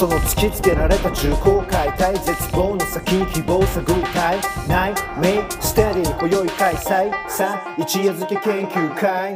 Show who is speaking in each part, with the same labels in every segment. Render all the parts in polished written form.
Speaker 1: その突きつけられた重厚解体、絶望の先に希望探るたい。ナイメイステディ今宵開催、さあ一夜漬け研究会。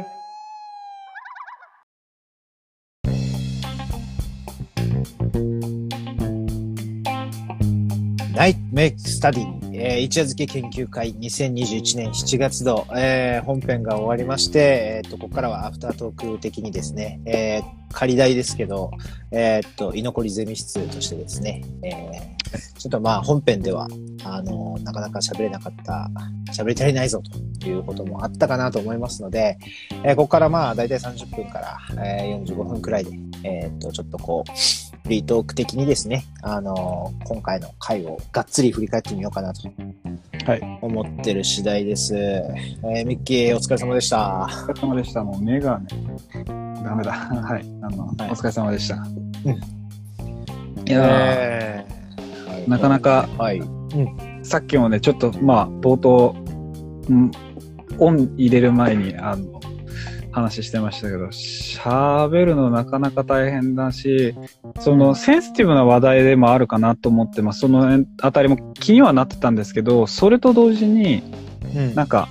Speaker 1: ナイトメイクスタディ、一夜漬け研究会2021年7月度、本編が終わりまして、ここからはアフタートーク的にですね、仮題ですけど、居残りゼミ室としてですね、ちょっとまあ本編では、なかなか喋れなかった、喋り足りないぞということもあったかなと思いますので、ここからまあだいたい30分から、45分くらいで、ちょっとこう、フリートーク的にですね、今回の回をがっつり振り返ってみようかなと思ってる次第です。ミッキーお疲れ様でした。
Speaker 2: お疲れ様でした。もう目がね、ダメだ。はい。お疲れ様でした。いやなかなか、さっきもね、ちょっとまあ、冒頭、オン入れる前に、話してましたけど、喋るのなかなか大変だし、そのセンシティブな話題でもあるかなと思って、まあそのあたりも気にはなってたんですけど、それと同時に、なんか、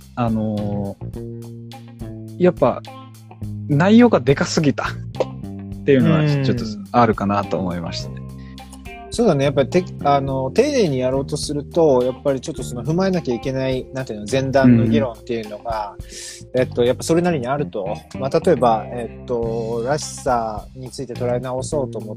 Speaker 2: やっぱ、内容がでかすぎたっていうのはちょっとあるかなと思いましたね。
Speaker 1: そうだね。やっぱり丁寧にやろうとすると、やっぱりちょっとその踏まえなきゃいけない、なんていうの、前段の議論っていうのが、やっぱそれなりにあると。まあ、例えば、らしさについて捉え直そうと思って、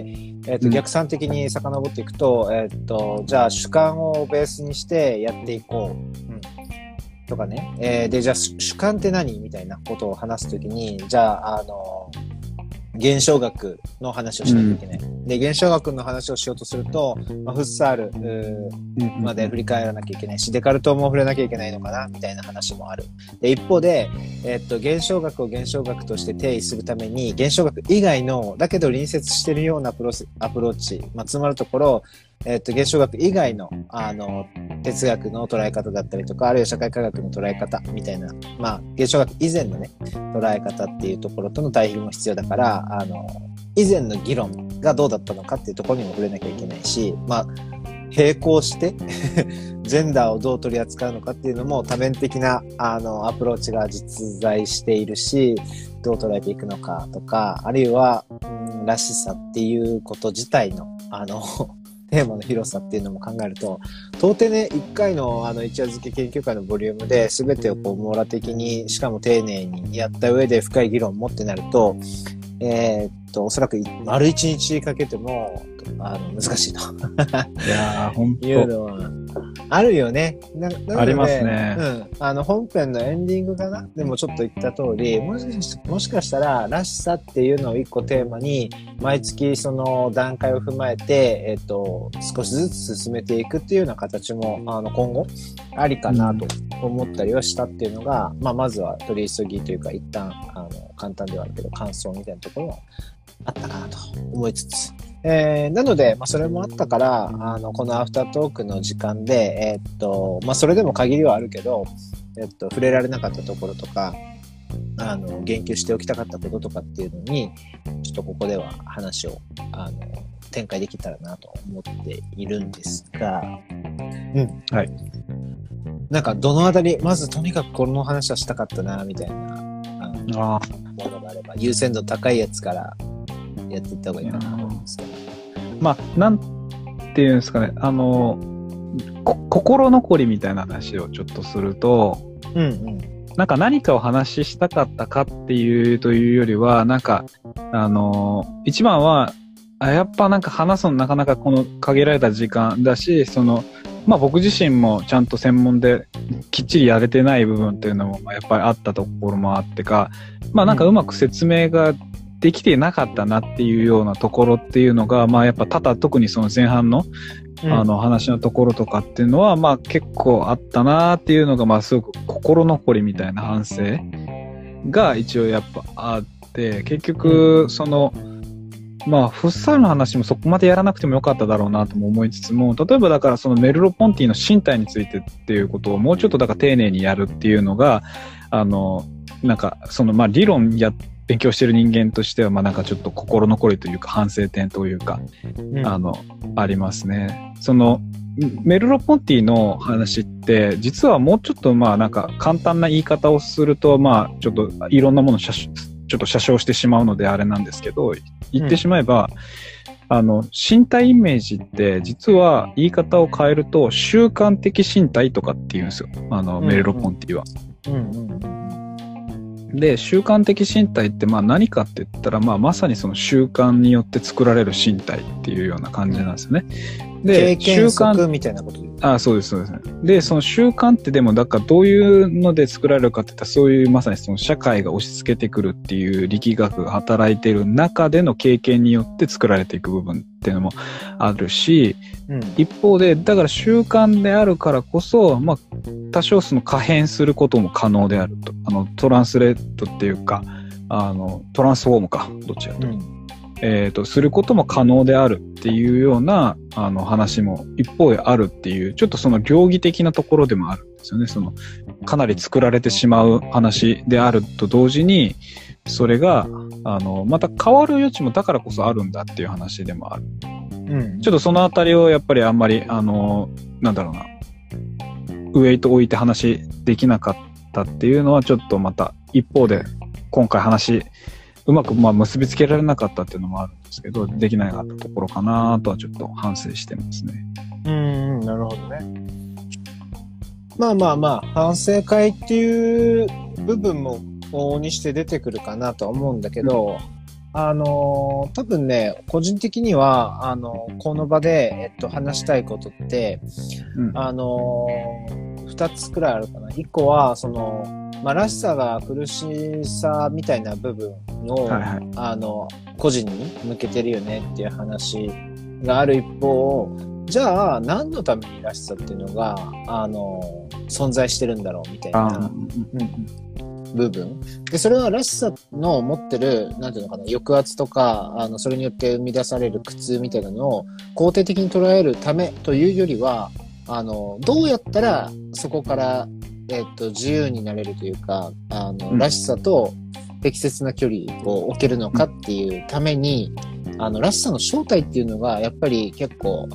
Speaker 1: 逆算的に遡っていくと、じゃあ主観をベースにしてやっていこう。とかね。で、じゃあ主観って何みたいなことを話すときに、じゃあ、現象学の話をしなきゃいけない。で、現象学の話をしようとすると、まあ、フッサールまで振り返らなきゃいけないし、デカルトも触れなきゃいけないのかなみたいな話もある。で、一方で、現象学を現象学として定義するために、現象学以外の、だけど隣接しているようなアプローチ、まあ、つまるところ、現象学以外の、哲学の捉え方だったりとか、あるいは社会科学の捉え方みたいな、まあ、現象学以前のね、捉え方っていうところとの対比も必要だから、以前の議論がどうだったのかっていうところにも触れなきゃいけないし、まあ、並行して、ジェンダーをどう取り扱うのかっていうのも多面的な、アプローチが実在しているし、どう捉えていくのかとか、あるいは、らしさっていうこと自体の、テーマの広さっていうのも考えると、到底ね、1回の一夜漬け研究会のボリュームで全てをこう網羅的に、しかも丁寧にやった上で深い議論を持ってなると、おそらく丸1日かけても、難しいと。
Speaker 2: いやー、ほんと。
Speaker 1: いうのは、あるよね。
Speaker 2: ありますね。
Speaker 1: 本編のエンディングかなでもちょっと言った通り、もしかしたら、らしさっていうのを一個テーマに、毎月その段階を踏まえて、少しずつ進めていくっていうような形も、今後、ありかなと思ったりはしたっていうのが、まあ、まずは取り急ぎというか、一旦、簡単ではあるけど、感想みたいなところはあったかなと思いつつ、なので、まあ、それもあったから、このアフタートークの時間で、まあ、それでも限りはあるけど、触れられなかったところとか、言及しておきたかったこととかっていうのに、ちょっとここでは話を、展開できたらなと思っているんですが、
Speaker 2: はい。
Speaker 1: なんか、どのあたり、まずとにかくこの話はしたかったな、みたいな、ものがあれば、優先度高いやつからやっていった方がいいかなと思うんですけど。
Speaker 2: まあ、なんていうんですかね、心残りみたいな話をちょっとすると、なんか何かを話したかったかっていうというよりは、なんか、一番は、やっぱなんか話すのなかなかこの限られた時間だし、まあ僕自身もちゃんと専門できっちりやれてない部分っていうのもやっぱりあったところもあってか、まあなんかうまく説明ができてなかったなっていうようなところっていうのが、まあやっぱ特にその前半の話のところとかっていうのは、まあ結構あったなっていうのが、まあすごく心残りみたいな反省が一応やっぱあって、結局まあフッサールの話もそこまでやらなくてもよかっただろうなとも思いつつも、例えばだからそのメルロポンティの身体についてっていうことをもうちょっとだから丁寧にやるっていうのが、なんかまあ理論やっ勉強してる人間としては、まあなんかちょっと心残りというか反省点というか、ありますね。その、メルロポンティの話って、実はもうちょっとまあなんか簡単な言い方をすると、まあちょっといろんなものちょっと写生してしまうのであれなんですけど、言ってしまえば、身体イメージって実は言い方を変えると習慣的身体とかって言うんですよ。メルロポンティは。で、習慣的身体ってまあ何かって言ったら、まあまさにその習慣によって作られる身体っていうような感じなんですよね。
Speaker 1: で、習慣みたいなことで。
Speaker 2: そうです、そうですね。で、その習慣ってでも、だからどういうので作られるかって言ったら、そういうまさにその社会が押し付けてくるっていう力学が働いている中での経験によって作られていく部分っていうのもあるし、一方で、だから習慣であるからこそ、まあ、多少その可変することも可能であると。トランスレートっていうか、トランスフォームか、どっちかと。することも可能であるっていうような、話も一方であるっていう、ちょっとその両義的なところでもあるんですよね。その、かなり作られてしまう話であると同時に、それが、また変わる余地もだからこそあるんだっていう話でもある。ちょっとそのあたりをやっぱりあんまり、なんだろうな、ウェイト置いて話できなかったっていうのは、ちょっとまた一方で、今回うまくまあ結びつけられなかったっていうのもあるんですけど、できなかったところかなとはちょっと反省してますね。
Speaker 1: なるほどね。まあ、反省会っていう部分も往々にして出てくるかなとは思うんだけど、多分ね、個人的には、この場で、話したいことって、二つくらいあるかな。一個は、その、まあ、らしさが苦しさみたいな部分を、個人に向けてるよねっていう話がある一方、じゃあ何のためにらしさっていうのが、存在してるんだろうみたいな部分。で、それはらしさの持ってる、なんていうのかな、抑圧とか、それによって生み出される苦痛みたいなのを肯定的に捉えるためというよりは、どうやったらそこから自由になれるというか、らしさと適切な距離を置けるのかっていうために、らしさの正体っていうのが、やっぱり結構、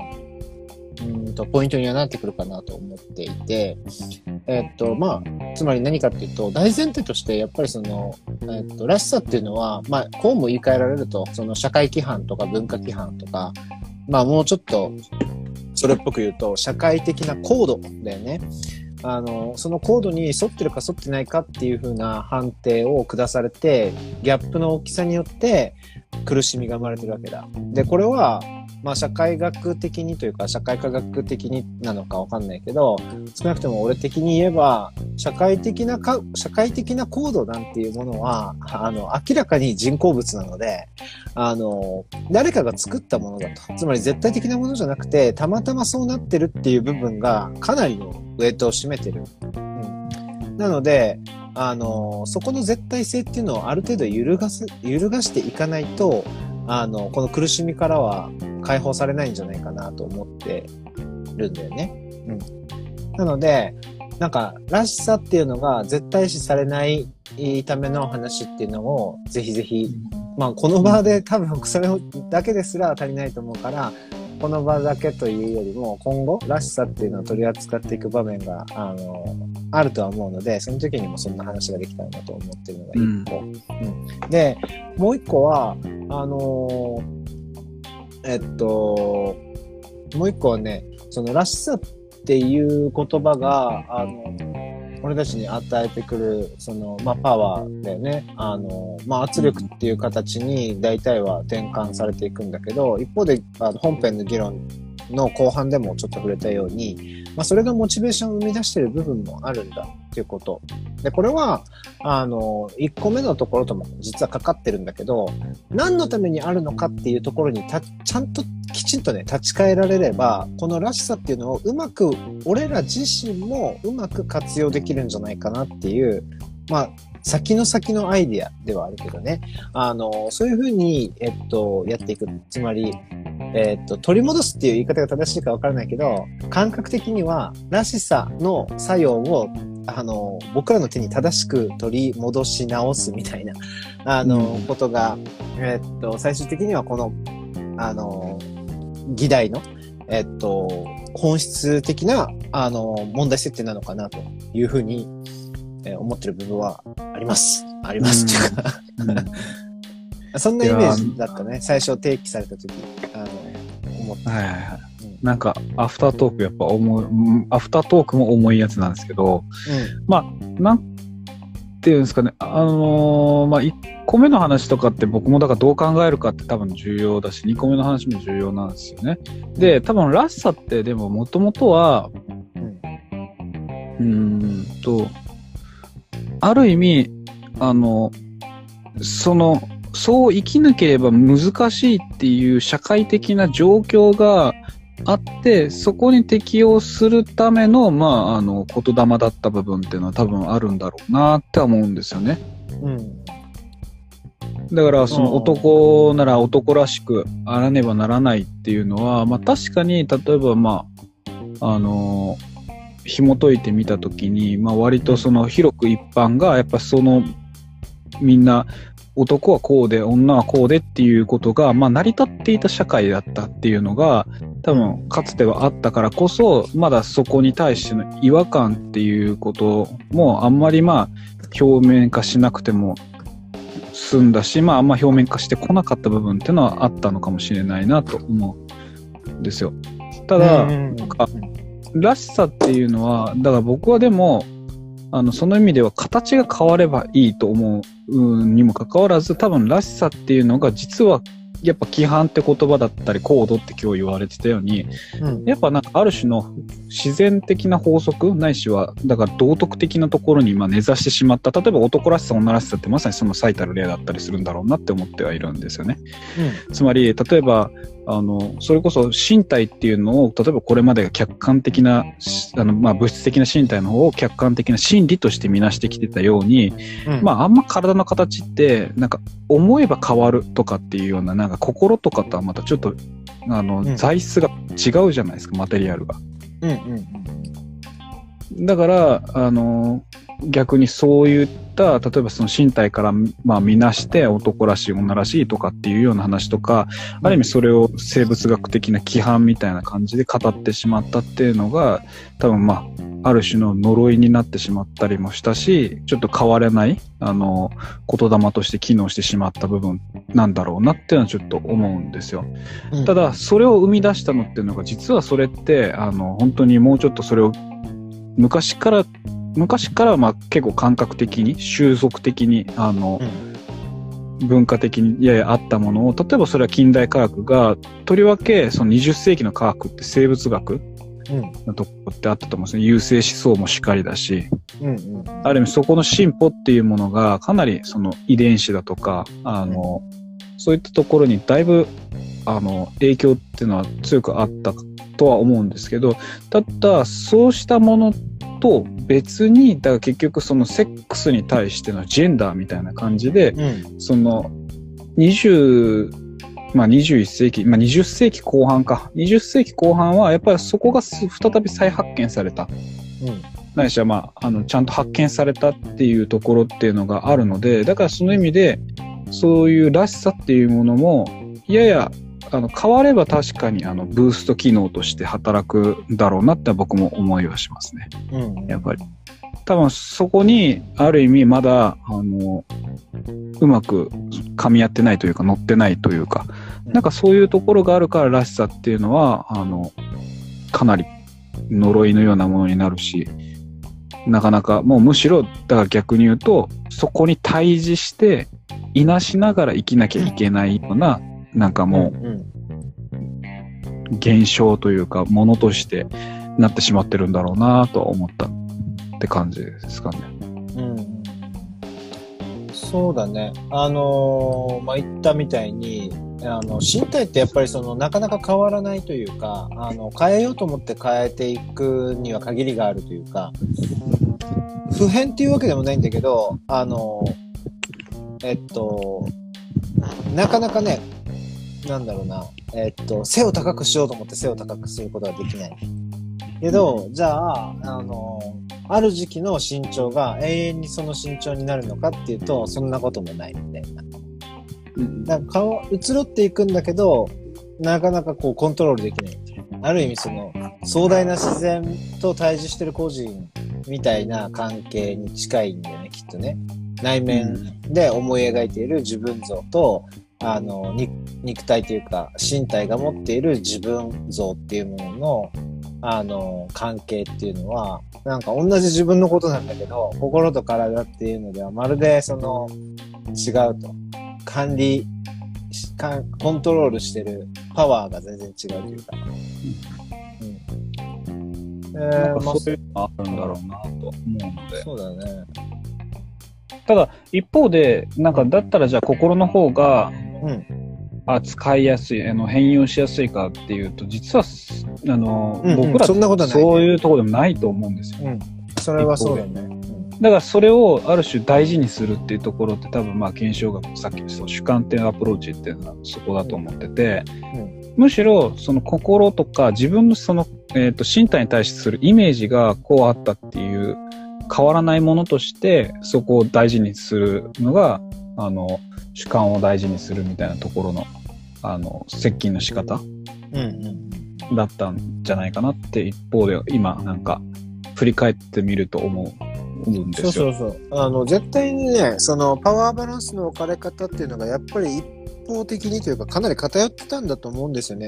Speaker 1: ポイントにはなってくるかなと思っていて、まあ、つまり何かっていうと、大前提として、やっぱりその、らしさっていうのは、まあ、こうも言い換えられると、その社会規範とか文化規範とか、まあ、もうちょっと、それっぽく言うと、社会的なコードだよね。そのコードに沿ってるか沿ってないかっていう風な判定を下されて、ギャップの大きさによって苦しみが生まれてるわけだ。で、これは、まあ社会学的にというか社会科学的になのかわかんないけど、少なくとも俺的に言えば、社会的なコードなんていうものは、明らかに人工物なので、誰かが作ったものだと。つまり絶対的なものじゃなくて、たまたまそうなってるっていう部分がかなりのウェイトを占めてる。なので、そこの絶対性っていうのをある程度揺るがしていかないと、この苦しみからは解放されないんじゃないかなと思ってるんだよね。なので、なんか、らしさっていうのが絶対視されないための話っていうのを、ぜひぜひ、まあ、この場で多分それだけですら足りないと思うから、この場だけというよりも、今後、らしさっていうのを取り扱っていく場面が、あるとは思うので、その時にもそんな話ができたらなと思ってるのが一個。で、もう一個は、もう一個はね、そのらしさっていう言葉が、俺たちに与えてくる、その、まあ、パワーだよね。まあ、圧力っていう形に大体は転換されていくんだけど、一方で、本編の議論の後半でもちょっと触れたように、まあ、それがモチベーションを生み出している部分もあるんだっていうこと。で、これは、1個目のところとも実はかかってるんだけど、何のためにあるのかっていうところにちゃんときちんとね、立ち返られれば、このらしさっていうのをうまく、俺ら自身もうまく活用できるんじゃないかなっていう、まあ、先のアイディアではあるけどね。そういうふうに、やっていく。つまり、取り戻すっていう言い方が正しいかわからないけど、感覚的には、らしさの作用を僕らの手に正しく取り戻し直すみたいな、ことが、最終的にはこの、議題の、本質的な、問題設定なのかなというふうに、思ってる部分はあります。ありますっていうか、そんなイメージだったね。最初提起された時、思って。
Speaker 2: はいはいはい。なんか、アフタートークやっぱアフタートークも重いやつなんですけど、まあ、なんていうんですかね、1個目の話とかって僕もだからどう考えるかって多分重要だし、2個目の話も重要なんですよね。で、多分らしさってでももともとは、ある意味、そう生きなければ難しいっていう社会的な状況があって、そこに適応するための、言霊だった部分っていうのは多分あるんだろうなって思うんですよね。だから、その男なら男らしくあらねばならないっていうのは、確かに、例えば、紐解いてみたときに、割とその広く一般が、やっぱみんな、男はこうで、女はこうでっていうことが、成り立っていた社会だったっていうのが、多分、かつてはあったからこそ、まだそこに対しての違和感っていうことも、あんまり表面化しなくても済んだし、あんま表面化してこなかった部分っていうのはあったのかもしれないなと思うんですよ。ただ、らしさっていうのは、だから僕はでも、その意味では形が変わればいいと思うにもかかわらず、多分らしさっていうのが実はやっぱ規範って言葉だったりコードって今日言われてたように、やっぱなんかある種の自然的な法則ないしは、だから道徳的なところに根ざしてしまった。例えば男らしさ女らしさってまさにその最たる例だったりするんだろうなって思ってはいるんですよね。つまり例えばそれこそ身体っていうのを、例えばこれまでが客観的な、物質的な身体の方を客観的な心理として見なしてきてたように、あんま体の形って、なんか思えば変わるとかっていうような、なんか心とかとはまたちょっと、材質が違うじゃないですか、マテリアルが。だから、逆にそういった、例えばその身体から見なして男らしい女らしいとかっていうような話とか、ある意味それを生物学的な規範みたいな感じで語ってしまったっていうのが、多分ある種の呪いになってしまったりもしたし、ちょっと変われない、言霊として機能してしまった部分なんだろうなっていうのはちょっと思うんですよ。ただ、それを生み出したのっていうのが、実はそれって、本当にもうちょっとそれを昔から結構感覚的に習俗的に文化的にややあったものを、例えばそれは近代科学が、とりわけその20世紀の科学って生物学のところってあったと思うんですね。優生思想もしかりだし、ある意味そこの進歩っていうものがかなりその遺伝子だとかそういったところにだいぶ影響っていうのは強くあったとは思うんですけど、ただそうしたものと別に、だから結局そのセックスに対してのジェンダーみたいな感じで、その21世紀、20世紀後半か。20世紀後半はやっぱりそこが再び再発見された。ないしはちゃんと発見されたっていうところっていうのがあるので、だからその意味で、そういうらしさっていうものも、やや変われば確かにブースト機能として働くだろうなって僕も思いはしますね。やっぱり。多分そこにある意味まだうまく噛み合ってないというか乗ってないというか、なんかそういうところがあるかららしさっていうのはかなり呪いのようなものになるし、なかなかもうむしろだから逆に言うとそこに対峙していなしながら生きなきゃいけないような、なんかもう現象というかものとしてなってしまってるんだろうなとは思ったって感じですかね。
Speaker 1: そうだね。言ったみたいに身体ってやっぱりなかなか変わらないというか、変えようと思って変えていくには限りがあるというか、不変っていうわけでもないんだけど、なかなかね、なんだろうな、背を高くしようと思って背を高くすることができない。けど、じゃあ、 ある時期の身長が永遠にその身長になるのかっていうと、そんなこともないみたいな。だから移ろっていくんだけど、なかなかこうコントロールできない。ある意味その壮大な自然と対峙してる個人みたいな関係に近いんだよね、きっとね。内面で思い描いている自分像と、肉体というか身体が持っている自分像っていうものの、関係っていうのは、なんか同じ自分のことなんだけど、心と体っていうのではまるでその違うと。コントロールしてるパワーが全然違うというか。
Speaker 2: なんかそういうのがあるんだろうなと思うので。
Speaker 1: そうだね。
Speaker 2: ただ、一方で、なんかだったらじゃあ心の方が、使いやすい、変容しやすいかっていうと、実は、僕らそういうところでもないと思うんですよ。
Speaker 1: それはそうだね。
Speaker 2: だからそれをある種大事にするっていうところって多分検証学、さっきの主観点アプローチっていうのはそこだと思ってて、むしろその心とか自分のその、身体に対するイメージがこうあったっていう変わらないものとしてそこを大事にするのが主観を大事にするみたいなところの接近の仕方だったんじゃないかなって一方で今なんか振り返ってみると思うんですよ。
Speaker 1: そう。絶対にね、そのパワーバランスの置かれ方っていうのがやっぱり一方的にというかかなり偏ってたんだと思うんですよね。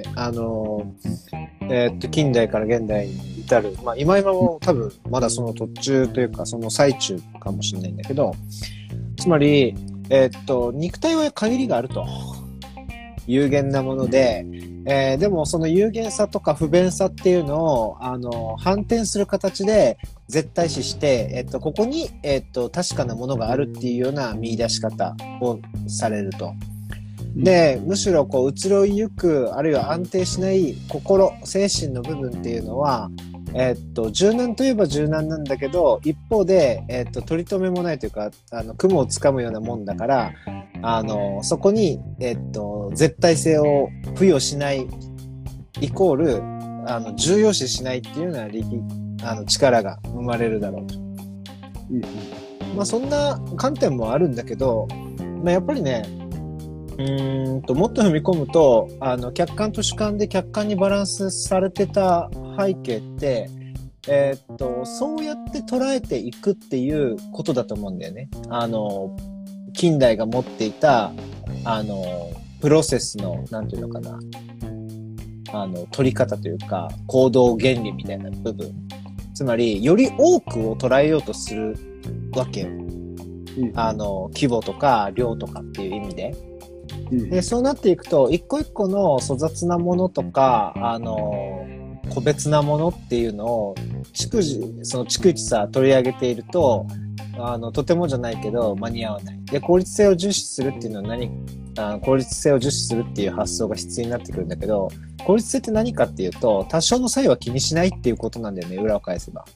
Speaker 1: 近代から現代に至る、今も多分まだその途中というかその最中かもしれないんだけど、つまり、肉体は限りがあると。有限なもので、でもその有限さとか不便さっていうのを、反転する形で絶対視して、ここに、確かなものがあるっていうような見出し方をされると。で、むしろこう移ろいゆく、あるいは安定しない心、精神の部分っていうのは、柔軟といえば柔軟なんだけど、一方で、取り留めもないというか、雲をつかむようなもんだから、そこに、絶対性を付与しないイコール、重要視しないっていうような力が生まれるだろうと。そんな観点もあるんだけど、やっぱりね、もっと踏み込むと、客観と主観で客観にバランスされてた背景って、そうやって捉えていくっていうことだと思うんだよね。近代が持っていた、プロセスの、なんていうのかな、取り方というか、行動原理みたいな部分。つまり、より多くを捉えようとするわけよ。規模とか量とかっていう意味で。で、そうなっていくと、一個一個の粗雑なものとか、個別なものっていうのを、逐一さ、取り上げていると、とてもじゃないけど、間に合わない。で、効率性を重視するっていうのは効率性を重視するっていう発想が必要になってくるんだけど、効率性って何かっていうと、多少の差異は気にしないっていうことなんだよね、裏を返せば。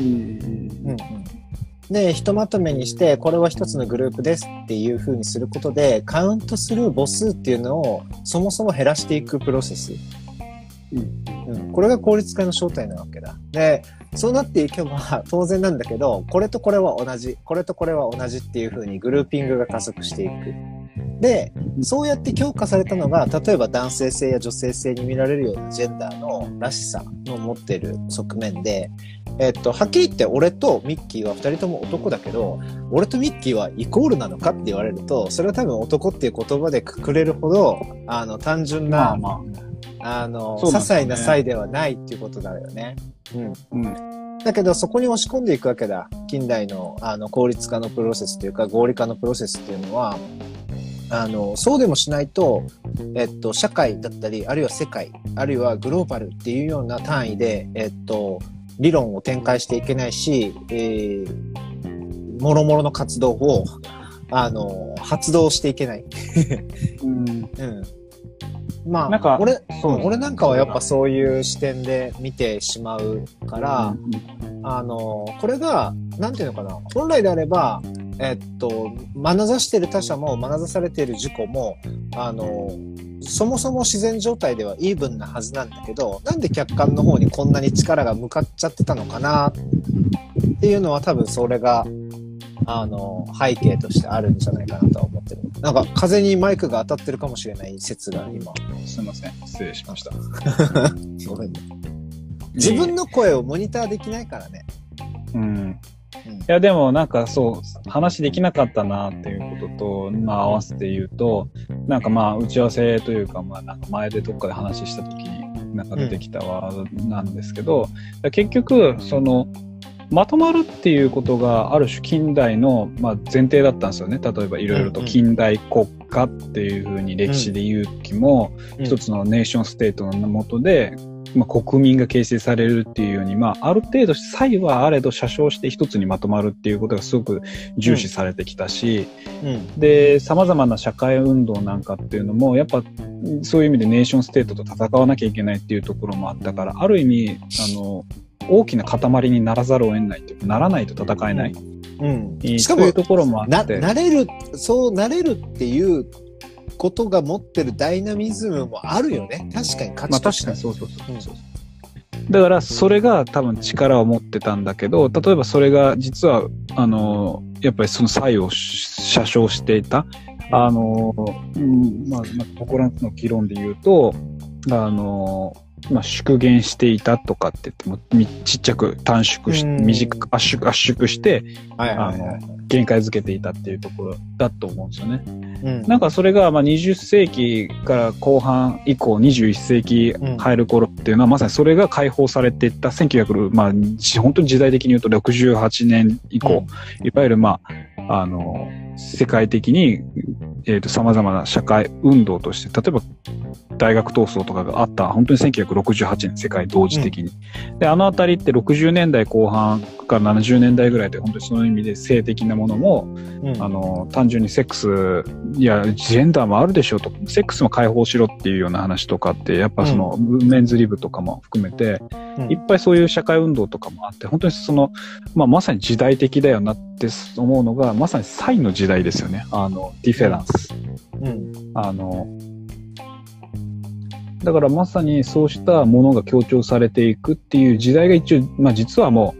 Speaker 1: で、ひとまとめにして、これは一つのグループですっていう風にすることで、カウントする母数っていうのをそもそも減らしていくプロセス。これが効率化の正体なわけだ。で、そうなっていけば当然なんだけど、これとこれは同じ、これとこれは同じっていう風にグルーピングが加速していく。で、そうやって強化されたのが、例えば男性性や女性性に見られるようなジェンダーのらしさの持っている側面で、はっきり言って俺とミッキーは二人とも男だけど、俺とミッキーはイコールなのかって言われると、それは多分男っていう言葉でくくれるほど、単純な、些細な差異ではないっていうことだよね。だけどそこに押し込んでいくわけだ。近代の効率化のプロセスというか合理化のプロセスっていうのは、そうでもしないと、社会だったり、あるいは世界、あるいはグローバルっていうような単位で、理論を展開していけないし、諸々の活動を、発動していけない。なんか俺なんかはやっぱそういう視点で見てしまうから、これが、なんていうのかな、本来であれば、眼差してる他者も眼差されている自己も、 そもそも自然状態ではイーブンなはずなんだけど、なんで客観の方にこんなに力が向かっちゃってたのかなっていうのは、多分それが背景としてあるんじゃないかなとは思ってる。なんか風にマイクが当たってるかもしれない説が今。
Speaker 2: すいません、失礼しました。
Speaker 1: ごめんね。自分の声をモニターできないからね。
Speaker 2: うん。いやでもなんかそう話できなかったなっていうことと、まあ合わせて言うと、なんかまあ打ち合わせというか、まあなんか前でどっかで話した時になんか出てきたワードなんですけど、結局そのまとまるっていうことがある種近代のまあ前提だったんですよね。例えばいろいろと近代国家っていうふうに歴史で言う時も、一つのネーションステートの下で、まあ、国民が形成されるっていうように、まあ、ある程度差異はあれど写生して一つにまとまるっていうことがすごく重視されてきたし、で様々な社会運動なんかっていうのもやっぱそういう意味でネーションステートと戦わなきゃいけないっていうところもあったから、ある意味大きな塊にならざるを得ないっていうか、ならないと戦えない、
Speaker 1: しかも
Speaker 2: そういうところもあって
Speaker 1: そうなれるっていうことが持ってるダイナミズムもあるよね。確かに価値として。
Speaker 2: まあ確かにそう。だからそれが多分力を持ってたんだけど、例えばそれが実はやっぱりその差異を写生していたまあここらの議論で言うとまあ、縮減していたとかって言ってもちっちゃく短縮して短く圧縮して限界づけていたっていうところだと思うんですよね。なんかそれがまあ20世紀から後半以降21世紀入る頃っていうのはまさにそれが解放されていった1900、まあ本当に時代的に言うと68年以降、いわゆるまあ世界的に様々な社会運動として、例えば大学闘争とかがあった本当に1968年世界同時的に、であたりって60年代後半から70年代ぐらいで本当にその意味で性的なものも、単純にセックスいやジェンダーもあるでしょうとか、セックスも解放しろっていうような話とかってやっぱその、メンズリブとかも含めて、いっぱいそういう社会運動とかもあって、本当にまさに時代的だよなって思うのがまさに差異の時代ですよね。ディフェランス、だからまさにそうしたものが強調されていくっていう時代が一応、まあ実はも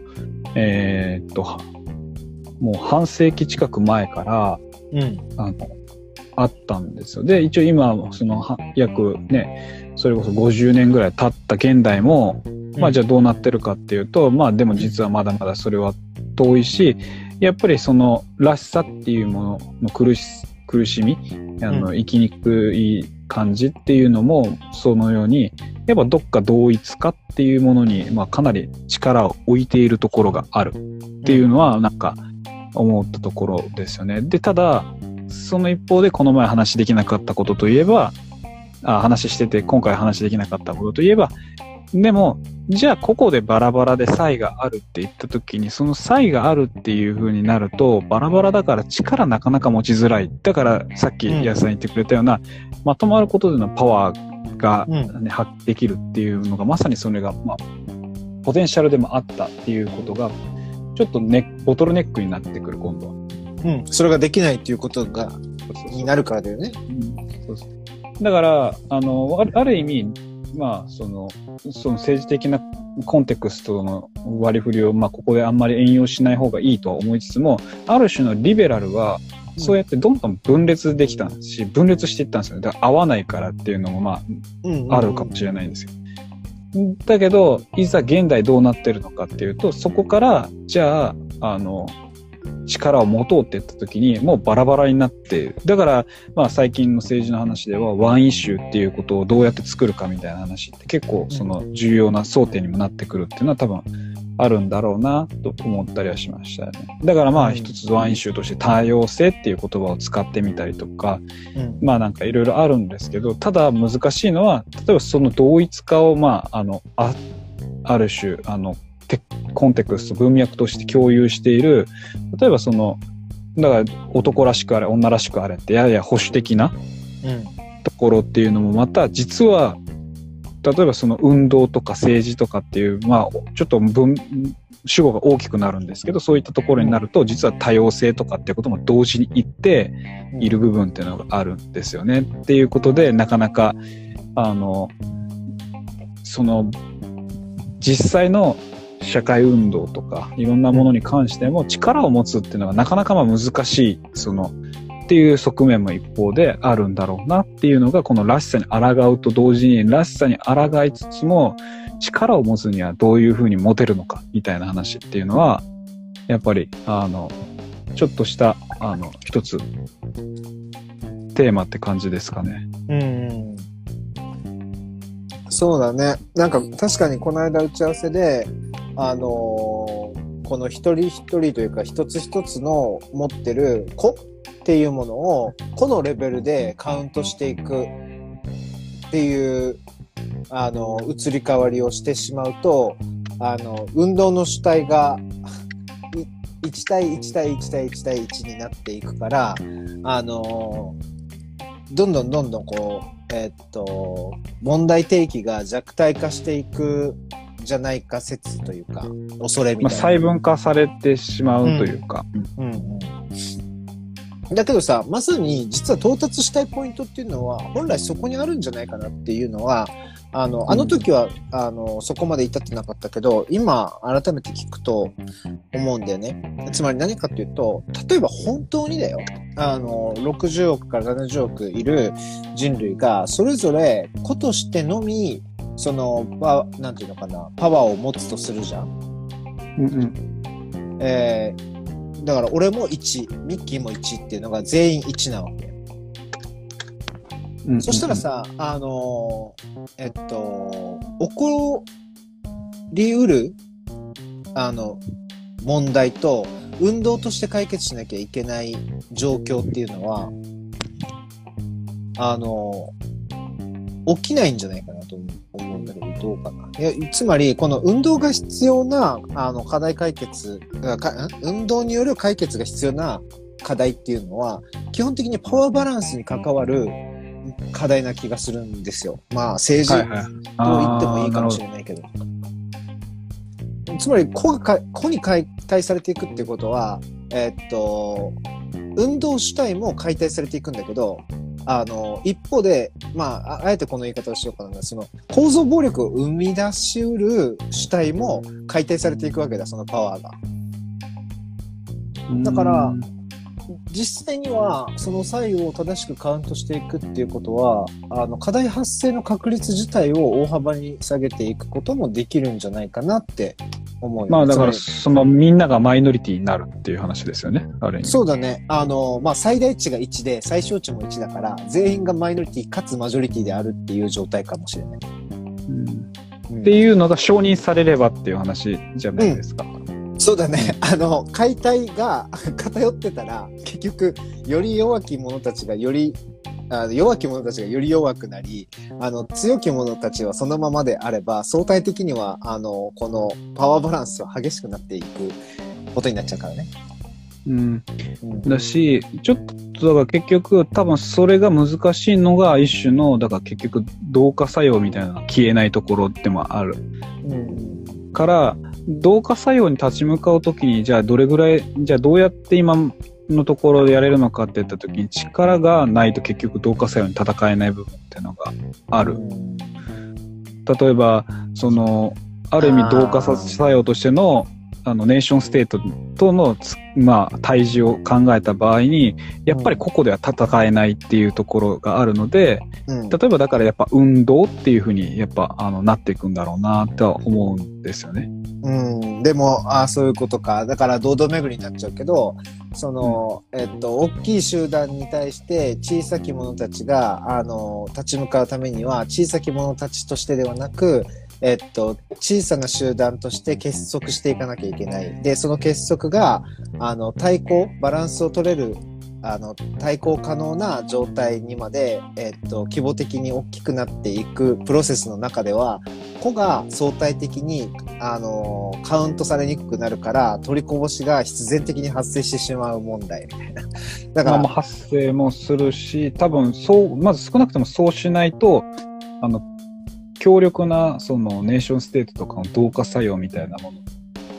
Speaker 2: う、もう半世紀近く前から、あったんですよ。で、一応今、約ね、それこそ50年ぐらい経った現代も、まあじゃあどうなってるかっていうと、まあでも実はまだまだそれは遠いし、やっぱりそのらしさっていうものの苦しみ、生きにくい感じっていうのもそのようにやっぱどっか同一化っていうものに、まあ、かなり力を置いているところがあるっていうのはなんか思ったところですよね。でただその一方でこの前話できなかったことといえば話してて今回話できなかったことといえば、でもじゃあ個々でバラバラで差異があるって言った時に、その差異があるっていう風になるとバラバラだから力なかなか持ちづらい。だからさっき安さん言ってくれたような、まとまることでのパワーが、発揮できるっていうのがまさにそれが、まあ、ポテンシャルでもあったっていうことがちょっとボトルネックになってくる今度は。
Speaker 1: それができないっていうことがになるからだよね。
Speaker 2: だからある意味まあその政治的なコンテクストの割り振りをまあここであんまり援用しない方がいいとは思いつつも、ある種のリベラルはそうやってどんどん分裂できたし、分裂していったんですよね。だから合わないからっていうのもまあ、あるかもしれないんですよ。だけどいざ現代どうなってるのかっていうと、そこからじゃあ力を持とうって言った時にもうバラバラになっている。だからまあ最近の政治の話ではワンイシューっていうことをどうやって作るかみたいな話って結構その重要な争点にもなってくるっていうのは多分あるんだろうなと思ったりはしましたよね。だからまあ一つワンイシューとして多様性っていう言葉を使ってみたりとか、まあなんかいろいろあるんですけど、ただ難しいのは例えばその同一化をまあある種コンテクスト文脈として共有している、例えばだから男らしくあれ女らしくあれってやや保守的なところっていうのもまた実は例えばその運動とか政治とかっていうまあちょっと主語が大きくなるんですけど、そういったところになると、実は多様性とかっていうことも同時に言っている部分っていうのがあるんですよね。っていうことで、なかなか、その、実際の社会運動とか、いろんなものに関しても力を持つっていうのがなかなか難しい、っていう側面も一方であるんだろうなっていうのが、このらしさに抗うと同時に、らしさに抗いつつも、力を持つにはどういうふうに持てるのか、みたいな話っていうのは、やっぱり、ちょっとした、一つ、テーマって感じですかね。
Speaker 1: そうだね。なんか確かにこの間打ち合わせで、この一人一人というか一つ一つの持ってる個っていうものを個のレベルでカウントしていくっていう移り変わりをしてしまうと、運動の主体が1対1対1対1対1になっていくから、どんどんこう、問題提起が弱体化していくじゃないか説というか、恐れみたいな。
Speaker 2: 細分化されてしまうというか。
Speaker 1: だけどさ、まさに実は到達したいポイントっていうのは、本来そこにあるんじゃないかなっていうのは、あの時は、そこまで至ってなかったけど、今、改めて聞くと思うんだよね。つまり何かっていうと、例えば本当にだよ、60億から70億いる人類が、それぞれ個としてのみ、なんていうのかな、パワーを持つとするじゃん。だから俺も1、ミッキーも1っていうのが全員1なわけ。そしたらさ、起こりうる、問題と、運動として解決しなきゃいけない状況っていうのは、起きないんじゃないかなと思うんだけど、どうかな。つまり、この運動が必要な、課題解決、運動による解決が必要な課題っていうのは、基本的にパワーバランスに関わる課題な気がするんですよ。まあ、政治と言ってもいいかもしれないけど。つまり、個に解体されていくってことは、運動主体も解体されていくんだけど、一方で、まあ、あえてこの言い方をしようかな。構造暴力を生み出しうる主体も解体されていくわけだ、そのパワーが。だから、実際には、その際を正しくカウントしていくっていうことは、課題発生の確率自体を大幅に下げていくこともできるんじゃないかなって思う。
Speaker 2: まあだから、みんながマイノリティになるっていう話ですよね、ある意味。
Speaker 1: そうだね。まあ最大値が1で、最小値も1だから、全員がマイノリティかつマジョリティであるっていう状態かもしれない。
Speaker 2: っていうのが承認されればっていう話じゃないですか。
Speaker 1: そうだね。解体が偏ってたら、結局、より弱き者たちがより弱くなり、強き者たちはそのままであれば、相対的には、このパワーバランスは激しくなっていくことになっちゃうからね。
Speaker 2: だし、ちょっと、だから結局、多分それが難しいのが一種の、だから結局、同化作用みたいなのが消えないところでもある。から、同化作用に立ち向かうときに、じゃあどうやって今のところでやれるのかって言ったときに、力がないと結局同化作用に戦えない部分っていうのがある。例えば、ある意味同化作用としての、ネーションステートとの、まあ、対峙を考えた場合に、やっぱり個々では戦えないっていうところがあるので、例えばだからやっぱ運動っていうふうに、やっぱ、なっていくんだろうな、とは思うんですよね。
Speaker 1: でも、そういうことか。だから、堂々巡りになっちゃうけど、大きい集団に対して小さき者たちが、立ち向かうためには、小さき者たちとしてではなく、小さな集団として結束していかなきゃいけない。で、その結束が、バランスを取れる、対抗可能な状態にまで、規模的に大きくなっていくプロセスの中では、個が相対的に、カウントされにくくなるから、取りこぼしが必然的に発生してしまう問題みたいな。だから。
Speaker 2: 発生もするし、多分まず少なくともそうしないと、強力な、ネーションステートとかの同化作用みたいなもの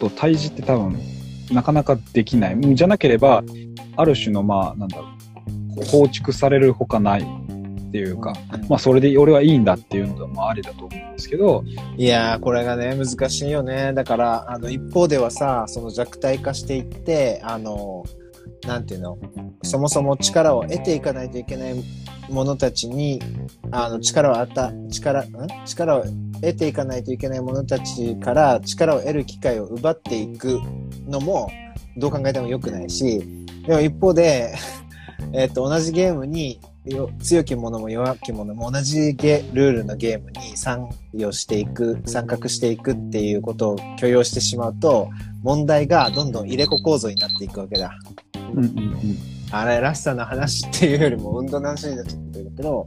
Speaker 2: と対峙って多分なかなかできない。じゃなければ、ある種のなんだろう、構築されるほかないっていうか、それで俺はいいんだっていうのもありだと思うんですけど。
Speaker 1: いやー、これがね、難しいよね。だから、一方ではさ、その弱体化していって、なんていうの、そもそも力を得ていかないといけない者たちに、力を得ていかないといけない者たちから力を得る機会を奪っていくのも、どう考えても良くないし、でも一方で、同じゲームに、強き者も弱き者も同じルールのゲームに参画していくっていうことを許容してしまうと、問題がどんどん入れ子構造になっていくわけだ。あれ、らしさの話っていうよりも運動の話になっちゃってるけど、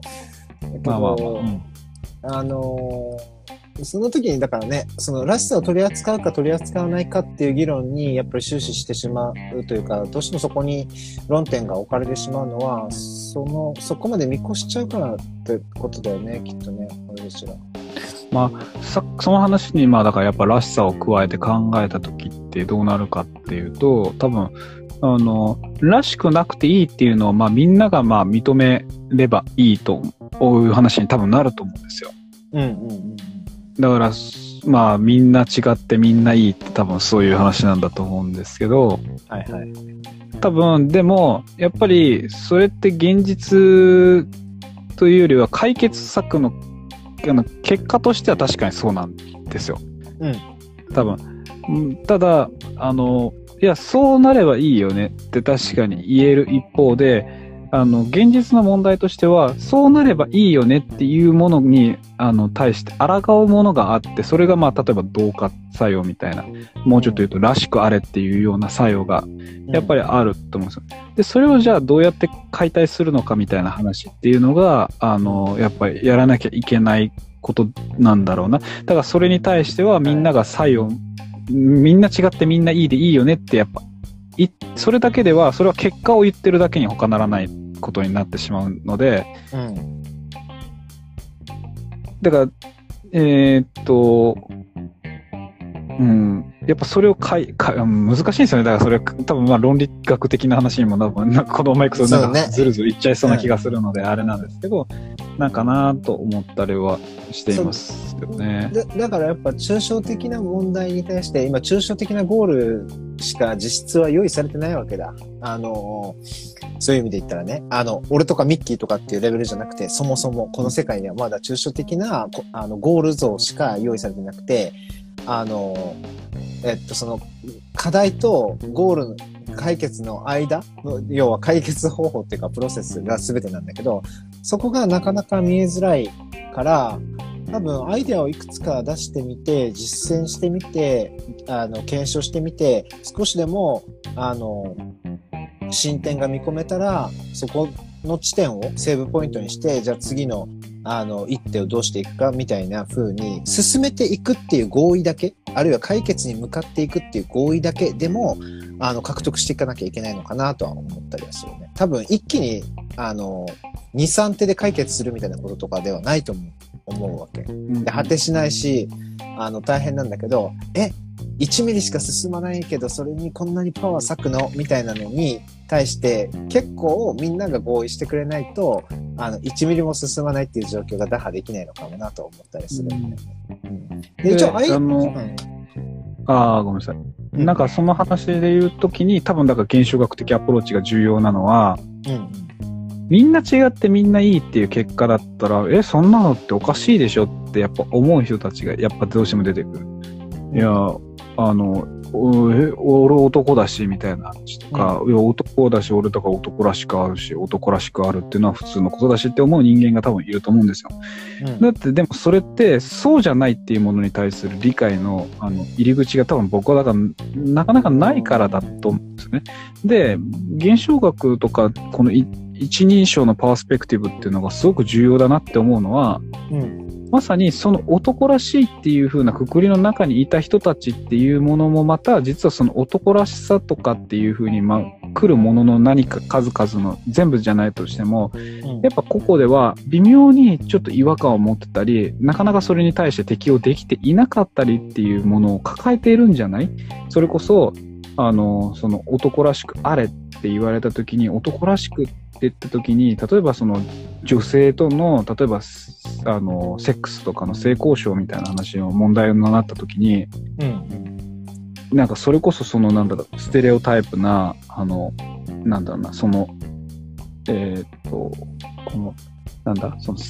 Speaker 1: その時にだからね、そのらしさを取り扱うか取り扱わないかっていう議論にやっぱり終始してしまうというか、どうしてもそこに論点が置かれてしまうのは、そこまで見越しちゃうからってことだよね、きっとね、俺たちが。
Speaker 2: その話にだからやっぱらしさを加えて考えた時ってどうなるかっていうと、多分らしくなくていいっていうのをみんなが認めればいいという話に多分なると思うんですよ。だからみんな違ってみんないいって多分そういう話なんだと思うんですけど、多分でもやっぱりそれって現実というよりは解決策の結果としては確かにそうなんですよ。多分ただいやそうなればいいよねって確かに言える一方で、現実の問題としてはそうなればいいよねっていうものに対して抗うものがあって、それが例えば同化作用みたいな、もうちょっと言うとらしくあれっていうような作用がやっぱりあると思うんですよ。でそれをじゃあどうやって解体するのかみたいな話っていうのがやっぱりやらなきゃいけないことなんだろうな。だからそれに対してはみんながみんな違ってみんないいでいいよねってやっぱそれだけではそれは結果を言ってるだけに他ならないことになってしまうので、だからやっぱそれを難しいんですよね。だからそれは多分論理学的な話にもこのままいくとずるずるいっちゃいそうな気がするのであれなんですけど、なんかなと思ったりはしていますよね。
Speaker 1: だからやっぱ抽象的な問題に対して今抽象的なゴールしか実質は用意されてないわけだ。そういう意味で言ったらね、俺とかミッキーとかっていうレベルじゃなくて、そもそもこの世界にはまだ抽象的なゴール像しか用意されてなくて、その課題とゴールの解決の間の、要は解決方法っていうかプロセスが全てなんだけど、そこがなかなか見えづらいから、多分アイデアをいくつか出してみて、実践してみて、検証してみて、少しでも、進展が見込めたら、そこの地点をセーブポイントにして、じゃあ次の、一手をどうしていくかみたいな風に進めていくっていう合意だけ、あるいは解決に向かっていくっていう合意だけでも、獲得していかなきゃいけないのかなとは思ったりはするね。多分一気に、2、3手で解決するみたいなこととかではないと思うわけ。で、果てしないし、大変なんだけど、1ミリしか進まないけど、それにこんなにパワー割くのみたいなのに対して、結構みんなが合意してくれないと、1ミリも進まないっていう状況が打破できないのかもなと思ったりするんだよね。で、一応、ご
Speaker 2: めんなさい。なんかその話で言うときに、多分だから現象学的アプローチが重要なのは、みんな違ってみんないいっていう結果だったら、そんなのっておかしいでしょってやっぱ思う人たちがやっぱどうしても出てくる。いや、俺男だしみたいな話とか、いや男だし俺とか男らしくあるし男らしくあるっていうのは普通のことだしって思う人間が多分いると思うんですよ。だってでもそれってそうじゃないっていうものに対する理解の入り口が多分僕はだからなかなかないからだと思うんですよね。で、現象学とかこの一人称のパースペクティブっていうのがすごく重要だなって思うのは、 まさにその男らしいっていう風なくくりの中にいた人たちっていうものもまた、実はその男らしさとかっていう風に、来るものの何か数々の全部じゃないとしても、やっぱここでは微妙にちょっと違和感を持ってたり、なかなかそれに対して適応できていなかったりっていうものを抱えているんじゃない？それこそ、その男らしくあれって言われた時に、男らしくって言った時に、例えばその女性との、例えばセックスとかの性交渉みたいな話の問題になった時に、なんかそれこそそのステレオタイプな、なんだろうな、その、この、その、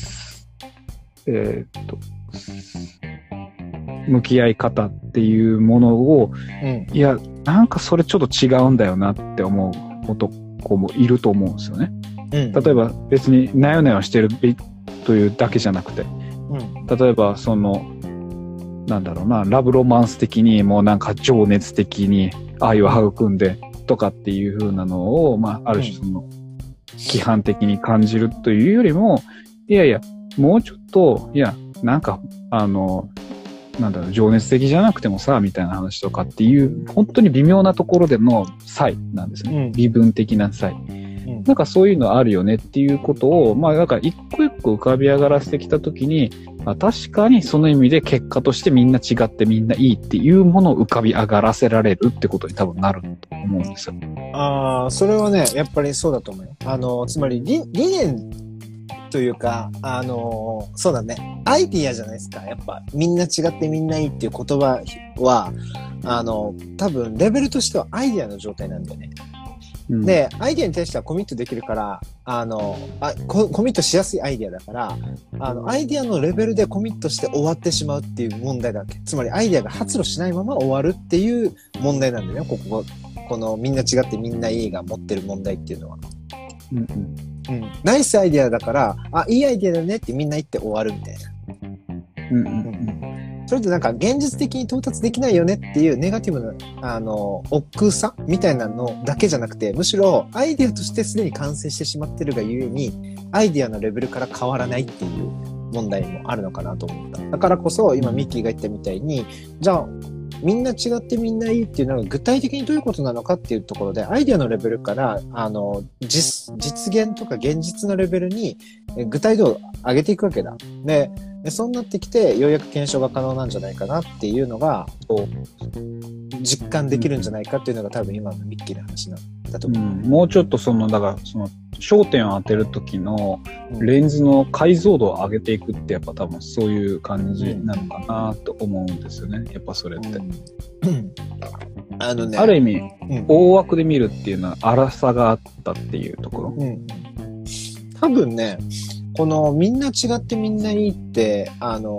Speaker 2: 向き合い方っていうものを、いや、なんかそれちょっと違うんだよなって思う男もいると思うんですよね。例えば別になよなよしてるというだけじゃなくて、例えばその、なんだろうな、ラブロマンス的にもうなんか情熱的に愛を育んでとかっていう風なのを、ある種その、規範的に感じるというよりも、いやいや、もうちょっと、いや、なんか、なんだろう、情熱的じゃなくてもさ、みたいな話とかっていう、本当に微妙なところでの差異なんですね。微分的な差異。なんかそういうのあるよねっていうことを、なんか一個一個浮かび上がらせてきたときに、確かにその意味で結果としてみんな違ってみんないいっていうものを浮かび上がらせられるってことに多分なると思うんですよ。
Speaker 1: それはね、やっぱりそうだと思うよ。つまり理念というか、そうだね、アイディアじゃないですか。やっぱみんな違ってみんないいっていう言葉は、多分レベルとしてはアイディアの状態なんだよね。で、アイディアに対してはコミットできるから、コミットしやすいアイディアだから、アイディアのレベルでコミットして終わってしまうっていう問題だけ。つまりアイディアが発露しないまま終わるっていう問題なんだよね。このみんな違ってみんないいが持ってる問題っていうのは。ナイスアイディアだから、いいアイディアだねってみんな言って終わるみたいな。それでなんか現実的に到達できないよねっていうネガティブな、億劫さみたいなのだけじゃなくて、むしろアイディアとしてすでに完成してしまってるがゆえに、アイディアのレベルから変わらないっていう問題もあるのかなと思った。だからこそ、今ミッキーが言ったみたいに、じゃあ、みんな違ってみんないいっていうのが具体的にどういうことなのかっていうところで、アイデアのレベルから、実現とか現実のレベルに具体度を上げていくわけだ。で、そうなってきて、ようやく検証が可能なんじゃないかなっていうのが、実感できるんじゃないかっていうのが多分今のミッキーの話なんだと思う。
Speaker 2: もうちょっとだから、焦点を当てる時のレンズの解像度を上げていくってやっぱ多分そういう感じなのかなと思うんですよね。やっぱそれって。ある意味、大枠で見るっていうのは荒さがあったっていうところ。
Speaker 1: 多分ね、このみんな違ってみんないいって、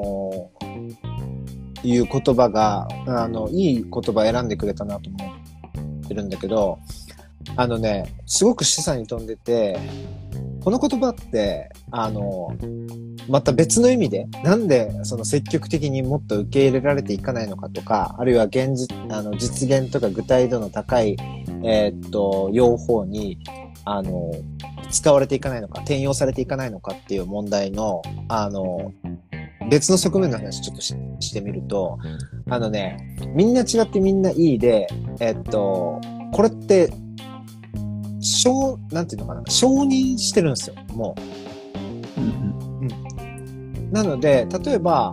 Speaker 1: いう言葉が、いい言葉選んでくれたなと思ってるんだけど、すごく示唆に富んでて、この言葉って、また別の意味で、なんでその積極的にもっと受け入れられていかないのかとか、あるいは実現とか具体度の高い、用法に、使われていかないのか、転用されていかないのかっていう問題の、別の側面の話ちょっとしてみると、みんな違ってみんないいで、これって、なんていうのかな、承認してるんですよ、もう。なので、例えば、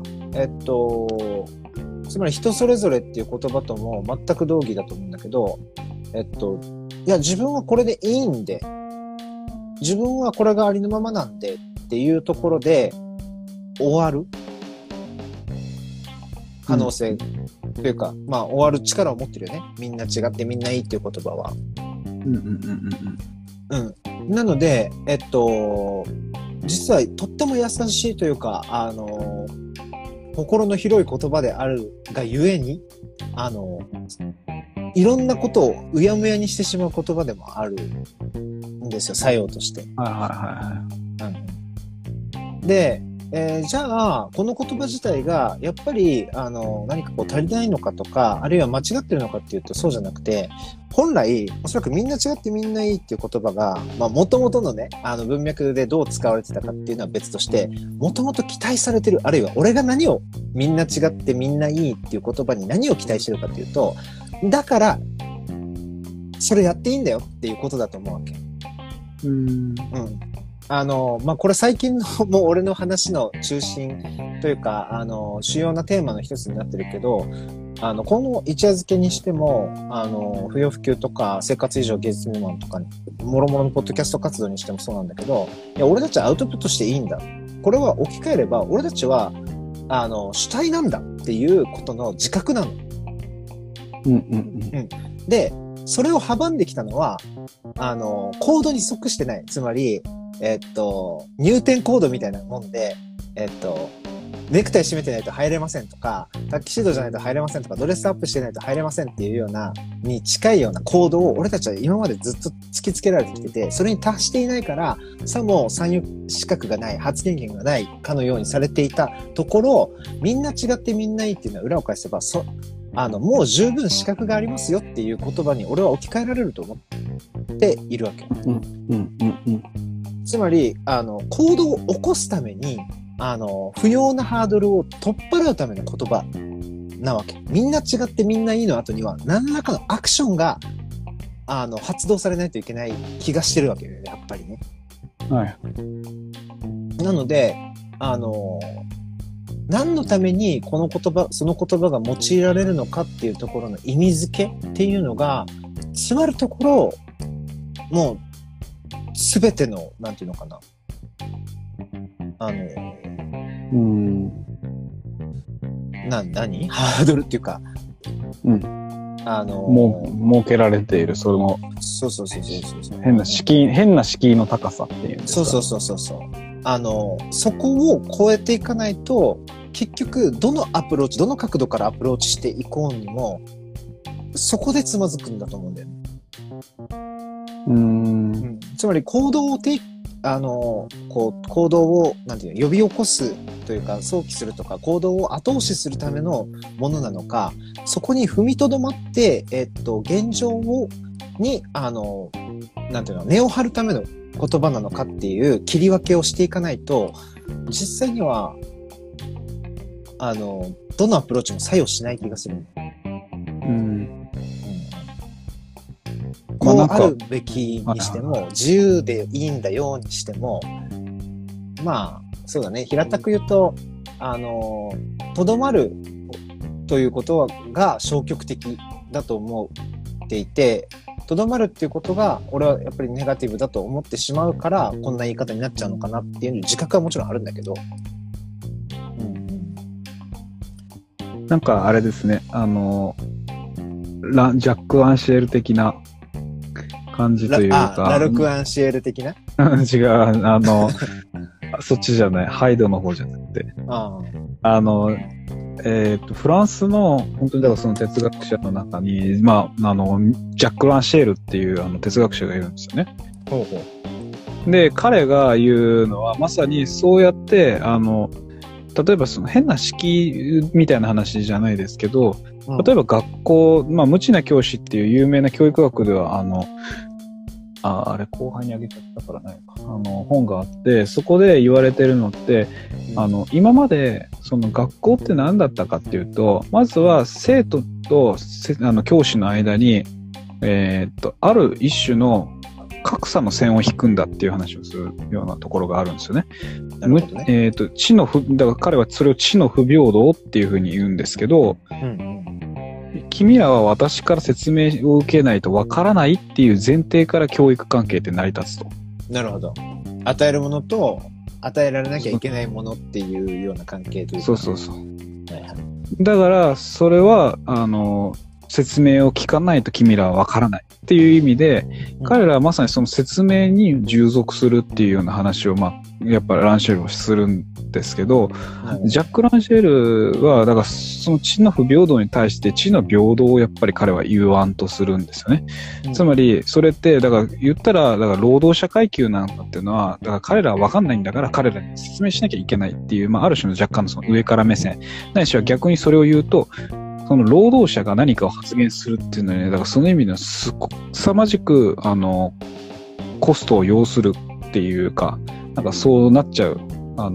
Speaker 1: つまり人それぞれっていう言葉とも全く同義だと思うんだけど、いや、自分はこれでいいんで、自分はこれがありのままなんでっていうところで終わる可能性というか、終わる力を持ってるよね。みんな違ってみんないいっていう言葉は。なので、実はとっても優しいというか、心の広い言葉であるがゆえに、いろんなことをうやむやにしてしまう言葉でもあるんですよ、作用として。で、 じゃあ、この言葉自体が、やっぱり、何かこう足りないのかとか、あるいは間違ってるのかっていうとそうじゃなくて、本来、おそらくみんな違ってみんないいっていう言葉が、まあ、元々のね、文脈でどう使われてたかっていうのは別として、もともと期待されてる、あるいは俺が何をみんな違ってみんないいっていう言葉に何を期待してるかっていうと、だから、それやっていいんだよっていうことだと思うわけ。うん。まあ、これ最近のもう俺の話の中心というか、主要なテーマの一つになってるけど、この一夜漬けにしても、不要不急とか生活以上芸術未満とか、もろもろのポッドキャスト活動にしてもそうなんだけど、いや、俺たちはアウトプットしていいんだ。これは置き換えれば、俺たちは、主体なんだっていうことの自覚なの。で、それを阻んできたのは、コードに即してない。つまり、入店コードみたいなもんで、ネクタイ締めてないと入れませんとか、タキシードじゃないと入れませんとか、ドレスアップしてないと入れませんっていうような、に近いようなコードを俺たちは今までずっと突きつけられてきてて、それに達していないから、さも参与資格がない、発言権がないかのようにされていたところ、みんな違ってみんないいっていうのは裏を返せば、もう十分資格がありますよっていう言葉に俺は置き換えられると思っているわけ。つまり、行動を起こすために、不要なハードルを取っ払うための言葉なわけ。みんな違ってみんないいの後には、何らかのアクションが、発動されないといけない気がしてるわけよ、やっぱりね。
Speaker 2: はい。
Speaker 1: なので、何のためにこの言葉、その言葉が用いられるのかっていうところの意味付けっていうのが、つまるところ、もう、すべての、なんていうのかな。何ハードルっていうか、
Speaker 2: もう、設けられている、その、
Speaker 1: そう。
Speaker 2: 変な敷居の高さっていうんですか。
Speaker 1: そう。そこを超えていかないと、結局、どの角度からアプローチしていこうにも、そこでつまずくんだと思うんだよね。つまり行動を行動を、なんていうの、呼び起こすというか、想起するとか、行動を後押しするためのものなのか、そこに踏みとどまって、現状に、なんていうの、根を張るための言葉なのかっていう切り分けをしていかないと、実際には、どのアプローチも作用しない気がする。こうあるべきにしても、自由でいいんだよにしても、まあ、そうだね、平たく言うと、とどまるということが消極的だと思っていて、とどまるっていうことが、俺はやっぱりネガティブだと思ってしまうから、こんな言い方になっちゃうのかなっていう自覚はもちろんあるんだけど。
Speaker 2: なんかあれですね、ジャック・アンシエル的な感じというか。
Speaker 1: ラルク・アンシエル的な
Speaker 2: 違う、そっちじゃない、ハイドの方じゃなくて。フランスの、本当にだからその哲学者の中に、ジャック・アンシエルっていう哲学者がいるんですよね。で、彼が言うのは、まさにそうやって、例えばその変な式みたいな話じゃないですけど、例えば学校、無知な教師っていう有名な教育学では、あれ後輩にあげちゃったからないか。本があって、そこで言われてるのって、今まで、その学校って何だったかっていうと、まずは生徒と教師の間に、ある一種の格差の線を引くんだっていう話をするようなところがあるんですよね。だから彼はそれを知の不平等っていうふうに言うんですけど、君らは私から説明を受けないとわからないっていう前提から教育関係って成り立つと。
Speaker 1: なるほど。与えるものと与えられなきゃいけないものっていうような関係というか。
Speaker 2: そう。だから、それは、説明を聞かないと君らはわからないっていう意味で、彼らはまさにその説明に従属するっていうような話を、やっぱりランシェルはするんですけど、ジャック・ランシェルは、だからその地の不平等に対して地の平等をやっぱり彼は言わんとするんですよね。つまり、それって、だから言ったら、だから労働者階級なんだっていうのは、だから彼らは分かんないんだから彼らに説明しなきゃいけないっていう、ある種の若干のその上から目線。ないしは逆にそれを言うと、その労働者が何かを発言するっていうのはね、だからその意味では凄まじく、コストを要するっていうか、なんかそうなっちゃう。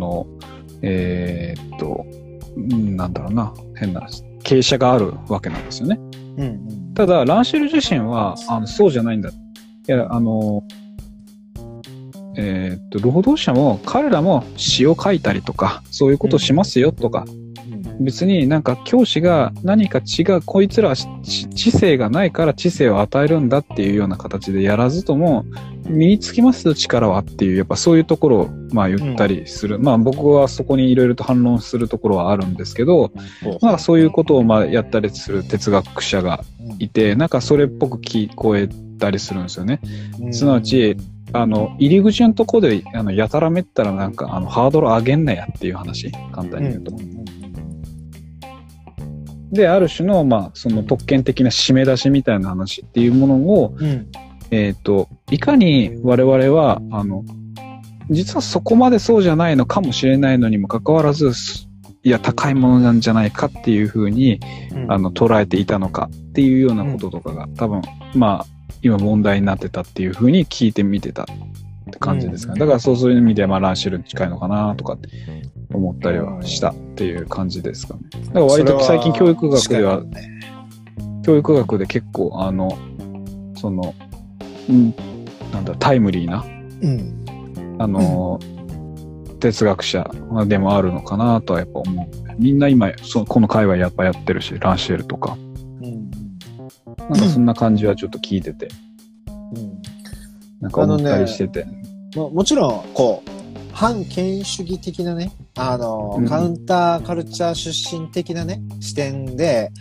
Speaker 2: なんだろうな、変な傾斜があるわけなんですよね。ただ、ランシェル自身は、そうじゃないんだ。いや、労働者も、彼らも詩を書いたりとか、そういうことをしますよとか、別になんか教師が何か違う、こいつらは知性がないから知性を与えるんだっていうような形でやらずとも、身につきます力はっていう、やっぱそういうところを言ったりする。僕はそこにいろいろと反論するところはあるんですけど、そういうことをやったりする哲学者がいて、なんかそれっぽく聞こえたりするんですよね。すなわち、入り口のとこで、やたらめったらなんか、ハードル上げんなやっていう話、簡単に言うと。で、ある種の、その特権的な締め出しみたいな話っていうものを、いかに我々は、実はそこまでそうじゃないのかもしれないのにもかかわらず、いや、高いものなんじゃないかっていうふうに、捉えていたのかっていうようなこととかが、多分、今問題になってたっていうふうに聞いてみてたって感じですかね。だからそういう意味で、ランシェルに近いのかなとかって思ったりはしたっていう感じですかね。だから割と最近教育学では、教育学で結構、タイムリーな、哲学者でもあるのかなとはやっぱ思う。みんな今、この界隈やっぱやってるし、ランシェルとか。なんかそんな感じはちょっと聞いてて。なんか思ったりしてて。
Speaker 1: もちろん、反権威主義的なね、カウンターカルチャー出身的なね、視点で、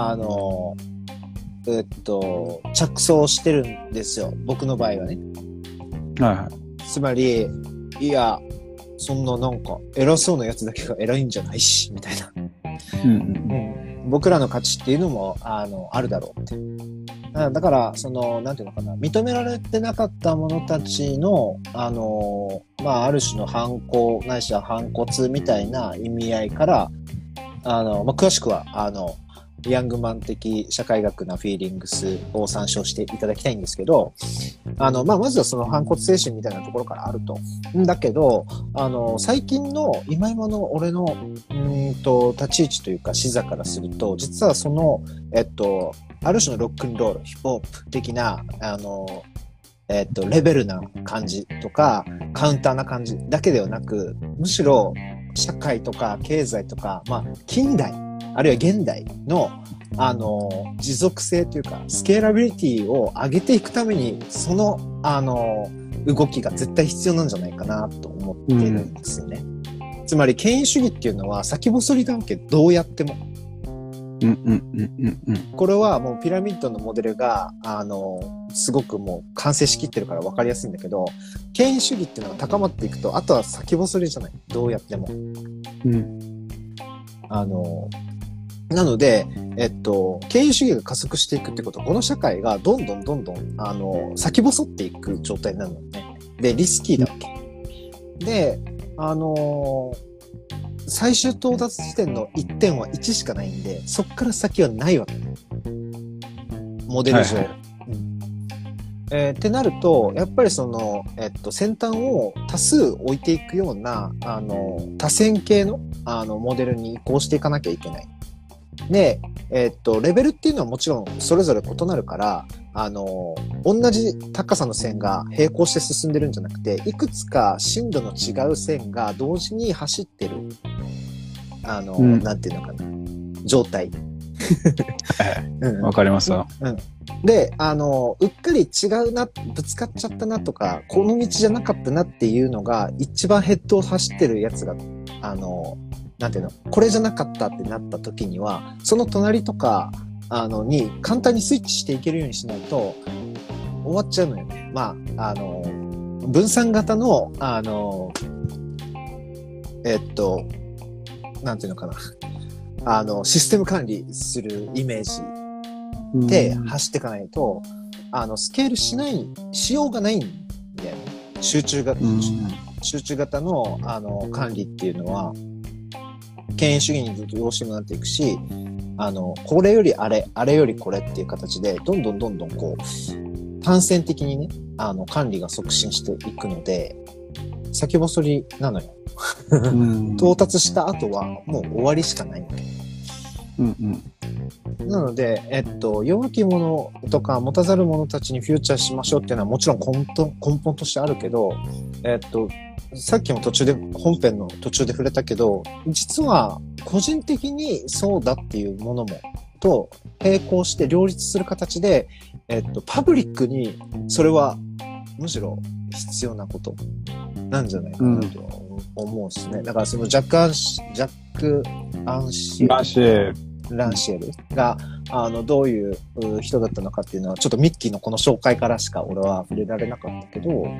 Speaker 1: 着想してるんですよ。僕の場合はね。つまり、いや、そんななんか、偉そうなやつだけが偉いんじゃないし、みたいな。僕らの価値っていうのも、あるだろうって。だから、なんていうのかな、認められてなかった者たちの、ある種の反抗、ないしは反骨みたいな意味合いから、詳しくは、ヤングマン的社会学なフィーリングスを参照していただきたいんですけど、まずはその反骨精神みたいなところからあると。だけど、最近の今の俺の、立ち位置というか視座からすると、実はその、ある種のロックンロール、ヒップホップ的な、レベルな感じとか、カウンターな感じだけではなく、むしろ社会とか経済とか、近代、あるいは現代の、持続性というか、スケーラビリティを上げていくために、その、動きが絶対必要なんじゃないかなと思ってるんですよね。つまり、権威主義っていうのは先細りだわけ、どうやっても。これはもうピラミッドのモデルが、すごくもう完成しきってるから分かりやすいんだけど、権威主義っていうのが高まっていくと、あとは先細りじゃない。どうやっても。なので、権威主義が加速していくってことは、この社会がどんどん、先細っていく状態になるのね。で、リスキーだわけ。で、最終到達地点の1点は1しかないんで、そっから先はないわけ。モデル上。ってなると、やっぱりその、先端を多数置いていくような、多線系の、モデルに移行していかなきゃいけない。で、レベルっていうのはもちろんそれぞれ異なるから、同じ高さの線が並行して進んでるんじゃなくて、いくつか深度の違う線が同時に走ってる、なんていうのかな、状態。
Speaker 2: わかりますわ。
Speaker 1: で、うっかり違うな、ぶつかっちゃったなとか、この道じゃなかったなっていうのが、一番ヘッドを走ってるやつが、なんていうの、これじゃなかったってなった時には、その隣とか、に簡単にスイッチしていけるようにしないと、 終わっちゃうのよね。まあ、分散型の、なんていうのかな。システム管理するイメージで走っていかないと、スケールしようがないんだよね。集中型の、管理っていうのは、権威主義にどうしてもなっていくし、これよりあれよりこれっていう形で、どんどんこう、単線的にね、管理が促進していくので、先細りなのよ。到達した後はもう終わりしかないので。なので、弱き者とか持たざる者たちにフューチャーしましょうっていうのはもちろん根本としてあるけど、さっきも本編の途中で触れたけど、実は個人的にそうだっていうものも、と並行して両立する形で、パブリックにそれはむしろ必要なことなんじゃないかなと思うですね。だからそのジャック・アンシランシェルがどういう人だったのかっていうのはちょっとミッキーのこの紹介からしか俺は触れられなかったけど、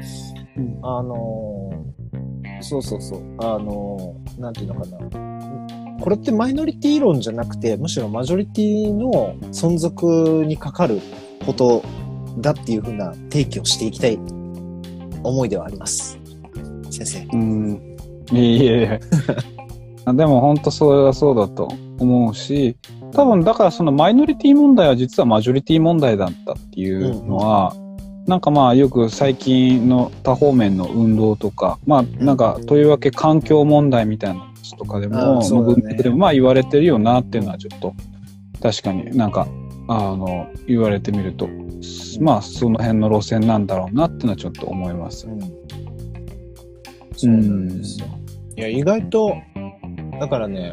Speaker 1: なんていうのかな、これってマイノリティ論じゃなくてむしろマジョリティの存続にかかることだっていう風な提起をしていきたい思いではあります、先生。
Speaker 2: いえでも本当それはそうだと思うし、多分だからそのマイノリティ問題は実はマジョリティ問題だったっていうのは、なんかまあよく最近の多方面の運動とか、まあなんかとりわけ環境問題みたいな話とかでも、文脈でもまあ言われてるよなっていうのはちょっと確かになんか言われてみると、まあその辺の路線なんだろうなっていうのはちょっと思います。
Speaker 1: そうなんですよ。いや意外とだからね、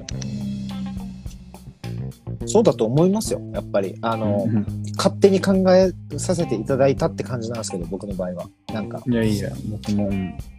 Speaker 1: そうだと思いますよ。やっぱり勝手に考えさせていただいたって感じなんですけど、僕の場合はなんか。
Speaker 2: いや僕も、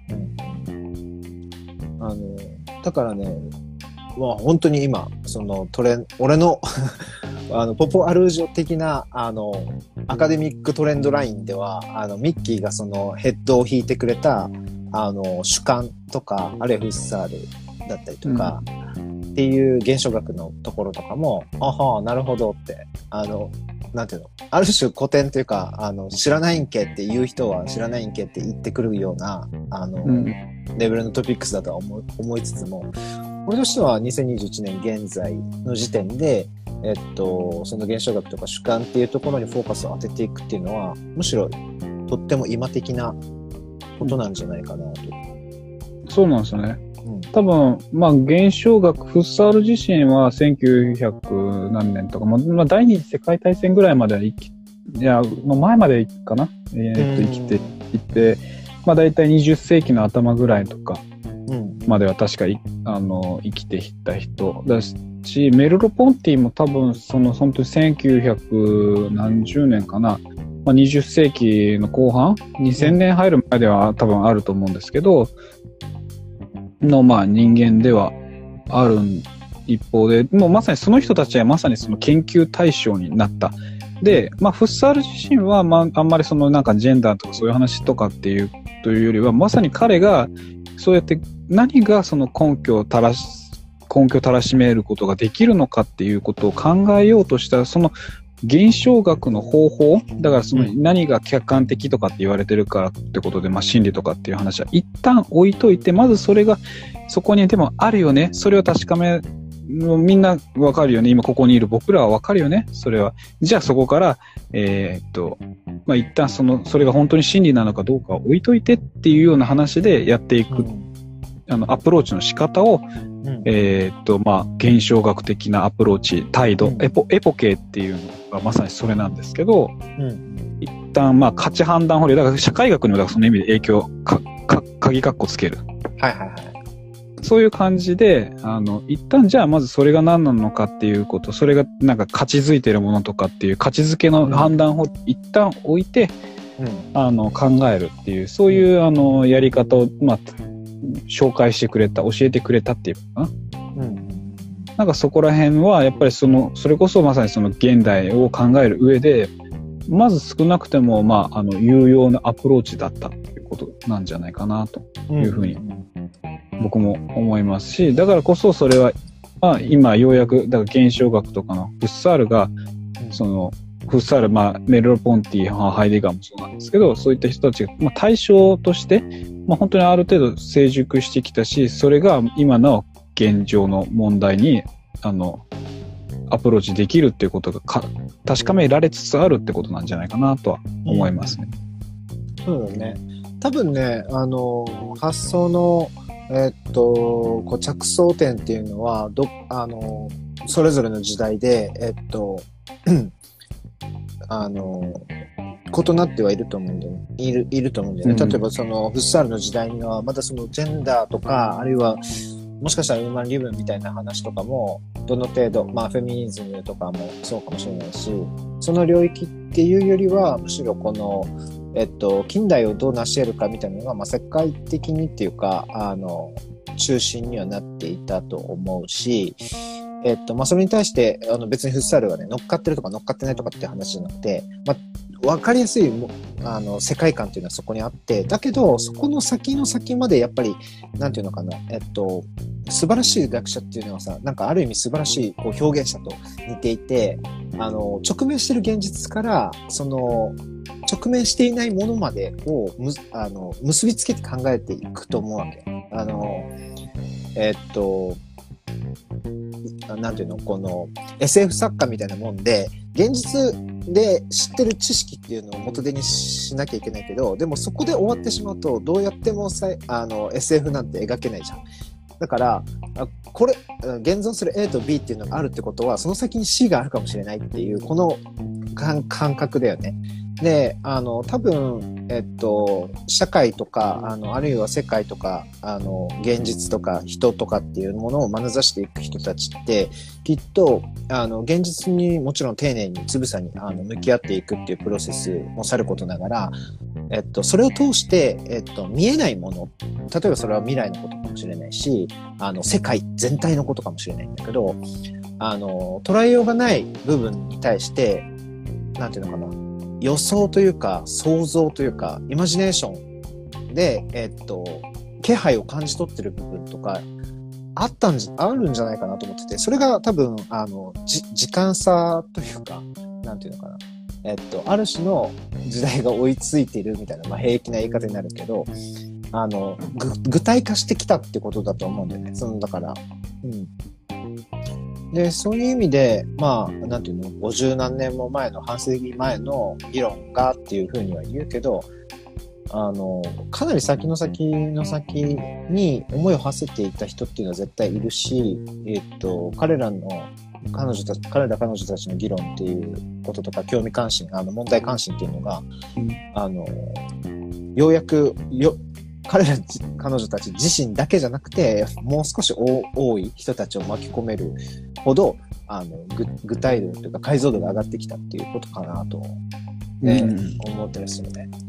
Speaker 1: だからね、まあ本当に今その俺のポポアルージョ的なアカデミックトレンドラインではミッキーがそのヘッドを引いてくれた主観とかアレフッサールだったりとか、っていう現象学のところとかも、なるほどって、なんていうの、ある種古典というか、知らないんけって言う人は知らないんけって言ってくるような、レベルのトピックスだとは思いつつも、俺としては2021年現在の時点で、その現象学とか主観っていうところにフォーカスを当てていくっていうのは、むしろとっても今的なことなんじゃないかなと。
Speaker 2: そうなんですよね。多分、まあ、現象学、フッサール自身は1900何年とか、まあ、第二次世界大戦ぐらいまで前までかな、生きていて、まあ、大体20世紀の頭ぐらいとかまでは確か生きていた人だし、メルロ・ポンティも多分、本当に1900何十年かな、まあ、20世紀の後半、2000年入る前では多分あると思うんですけど、まあ人間ではある一方で、もうまさにその人たちはまさにその研究対象になった。で、まあフッサール自身はまああんまりそのなんかジェンダーとかそういう話とかっていうというよりは、まさに彼がそうやって何がその根拠をたらしめることができるのかっていうことを考えようとしたその現象学の方法だから、その何が客観的とかって言われてるからってことで、まあ真理とかっていう話は一旦置いといて、まずそれがそこにでもあるよね、それを確かめ、みんなわかるよね、今ここにいる僕らはわかるよね、それは。じゃあそこからまあ一旦それが本当に真理なのかどうかを置いといてっていうような話でやっていく、アプローチの仕方を、まあ現象学的なアプローチ、態度、エポケーっていうのがまさにそれなんですけど、一旦まあ価値判断法理、だから社会学にもだからその意味で影響鍵括弧つける。そういう感じで、一旦じゃあまずそれが何なのかっていうこと、それがなんか価値づいてるものとかっていう価値づけの判断法、一旦置いて、考えるっていう、そういうやり方を、まあ、紹介してくれた、教えてくれたっていうかな。なんかそこら辺は、やっぱりそれこそまさにその現代を考える上で、 まず少なくても、有用なアプローチだったっていうことなんじゃないかなというふうに僕も思いますし、だからこそそれは、今ようやく、だから現象学とかのフッサールが、フッサール、メルロポンティ、ハイデガーもそうなんですけど、そういった人たちが、対象として、本当にある程度成熟してきたし、それが今の現状の問題に、アプローチできるっていうことが確かめられつつあるってことなんじゃないかなとは思いますね。
Speaker 1: そうだね。多分ね、発想の、着想点っていうのは、それぞれの時代で、異なってはいると思うんだよね。いると思うんだよね。例えばフッサールの時代には、まだジェンダーとか、あるいは、もしかしたらウーマンリブみたいな話とかも、どの程度、フェミニズムとかもそうかもしれないし、その領域っていうよりは、むしろ近代をどう成し得るかみたいなのが、世界的にっていうか、中心にはなっていたと思うし、それに対して、別にフッサールがね、乗っかってるとか乗っかってないとかっていう話じゃなくて、わかりやすい世界観っていうのはそこにあって、だけどそこの先の先までやっぱりなんていうのかな、素晴らしい学者っていうのはさ、なんかある意味素晴らしい表現者と似ていて、直面してる現実から直面していないものまでを結びつけて考えていくと思うわけ。なんていうの、SF 作家みたいなもんで、現実で知ってる知識っていうのを元手にしなきゃいけないけど、でもそこで終わってしまうと、どうやってもSF なんて描けないじゃん。だから、これ、現存する A と B っていうのがあるってことは、その先に C があるかもしれないっていう、この感覚だよね。で、多分、社会とか、あるいは世界とか、現実とか人とかっていうものを眼差していく人たちって、きっと、現実にもちろん丁寧につぶさに、向き合っていくっていうプロセスもさることながら、それを通して、見えないもの、例えばそれは未来のことかもしれないし、世界全体のことかもしれないんだけど、捉えようがない部分に対して、なんていうのかな、予想というか想像というかイマジネーションで、気配を感じ取ってる部分とかあるんじゃないかなと思ってて、それが多分時間差というか、なんていうのかな、ある種の時代が追いついているみたいな、平気な言い方になるけど、具体化してきたってことだと思うんだよね。だから、で、そういう意味で、なんていうの、50何年も前の、半世紀前の議論がっていうふうには言うけど、かなり先の先に思いを馳せていた人っていうのは絶対いるし、彼ら彼女たちの議論っていうこととか、興味関心、問題関心っていうのが、ようやく彼女たち自身だけじゃなくて、もう少し多い人たちを巻き込めるほど、具体度というか解像度が上がってきたっていうことかなと、思ったりするね。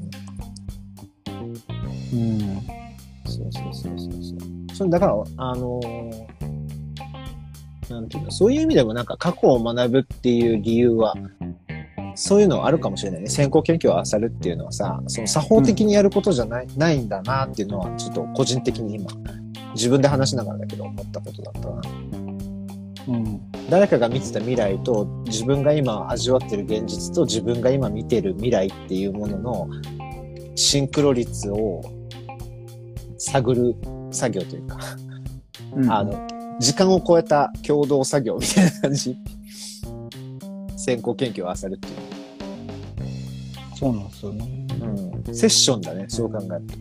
Speaker 1: そう。だから、なんていうの、そういう意味でもなんか過去を学ぶっていう理由は、そういうのはあるかもしれないね。先行研究を漁るっていうのはさ、作法的にやることじゃないんだなっていうのは、ちょっと個人的に今、自分で話しながらだけど思ったことだったな。誰かが見てた未来と、自分が今味わってる現実と、自分が今見てる未来っていうもののシンクロ率を探る作業というか、時間を超えた共同作業みたいな感じ。先行研究を漁るっていう。
Speaker 2: そうなんですよね。
Speaker 1: セッションだね、そう考える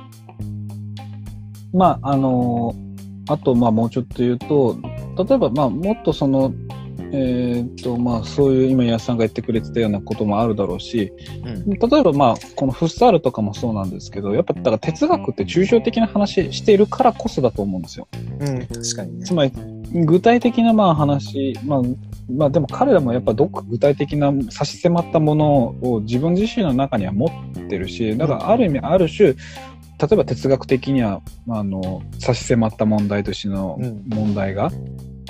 Speaker 2: と。あと、もうちょっと言うと、例えば、もっとそういう今、安さんが言ってくれてたようなこともあるだろうし、例えば、このフッサールとかもそうなんですけど、やっぱ、だから哲学って抽象的な話しているからこそだと思うんですよ。
Speaker 1: 確かにね。
Speaker 2: つまり、具体的な話、でも彼らもやっぱどっか具体的な差し迫ったものを自分自身の中には持ってるし、だからある意味ある種、例えば哲学的には差し迫った問題としての問題が、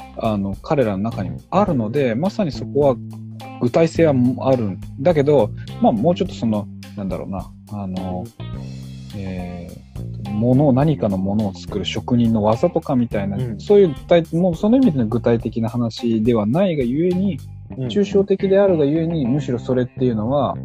Speaker 2: 彼らの中にもあるので、まさにそこは具体性はあるんだけど、 まあもうちょっとなんだろうな、何かのものを作る職人の技とかみたいな、そういうもうその意味での具体的な話ではないがゆえに、抽象的であるがゆえに、むしろそれっていうのは、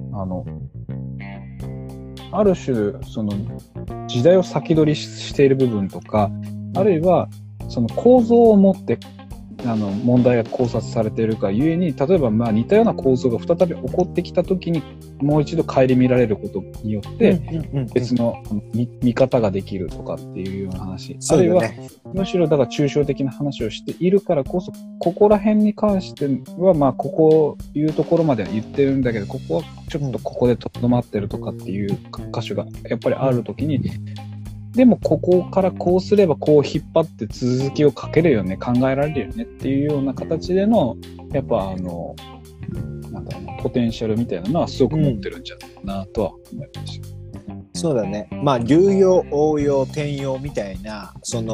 Speaker 2: ある種、時代を先取りしている部分とか、あるいは、その構造を持って、問題が考察されているがゆえに、例えば似たような構造が再び起こってきたときに、もう一度顧みられることによって、別の見方ができるとかっていうような話。あるいは、むしろだから抽象的な話をしているからこそ、ここら辺に関しては、ここいうところまでは言ってるんだけど、ここはちょっとここでとどまってるとかっていう箇所がやっぱりあるときに、でもここからこうすればこう引っ張って続きをかけるよね、考えられるよねっていうような形での、やっぱなんだろうな、ポテンシャルみたいなのはすごく持ってるんじゃないかなとは思いました。
Speaker 1: そうだね。流用、応用、転用みたいな、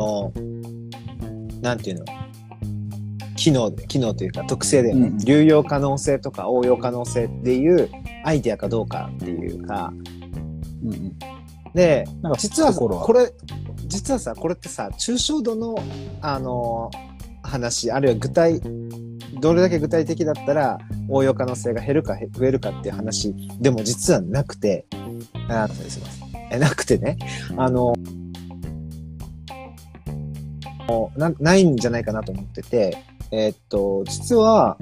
Speaker 1: なんていうの、機能というか特性で、流用可能性とか応用可能性っていうアイデアかどうかっていうか、で、実はこれってさ、抽象度の話、あるいはどれだけ具体的だったら応用可能性が減るか増えるかっていう話でも実はなくて、すいません。なくてね、ないんじゃないかなと思ってて、実は、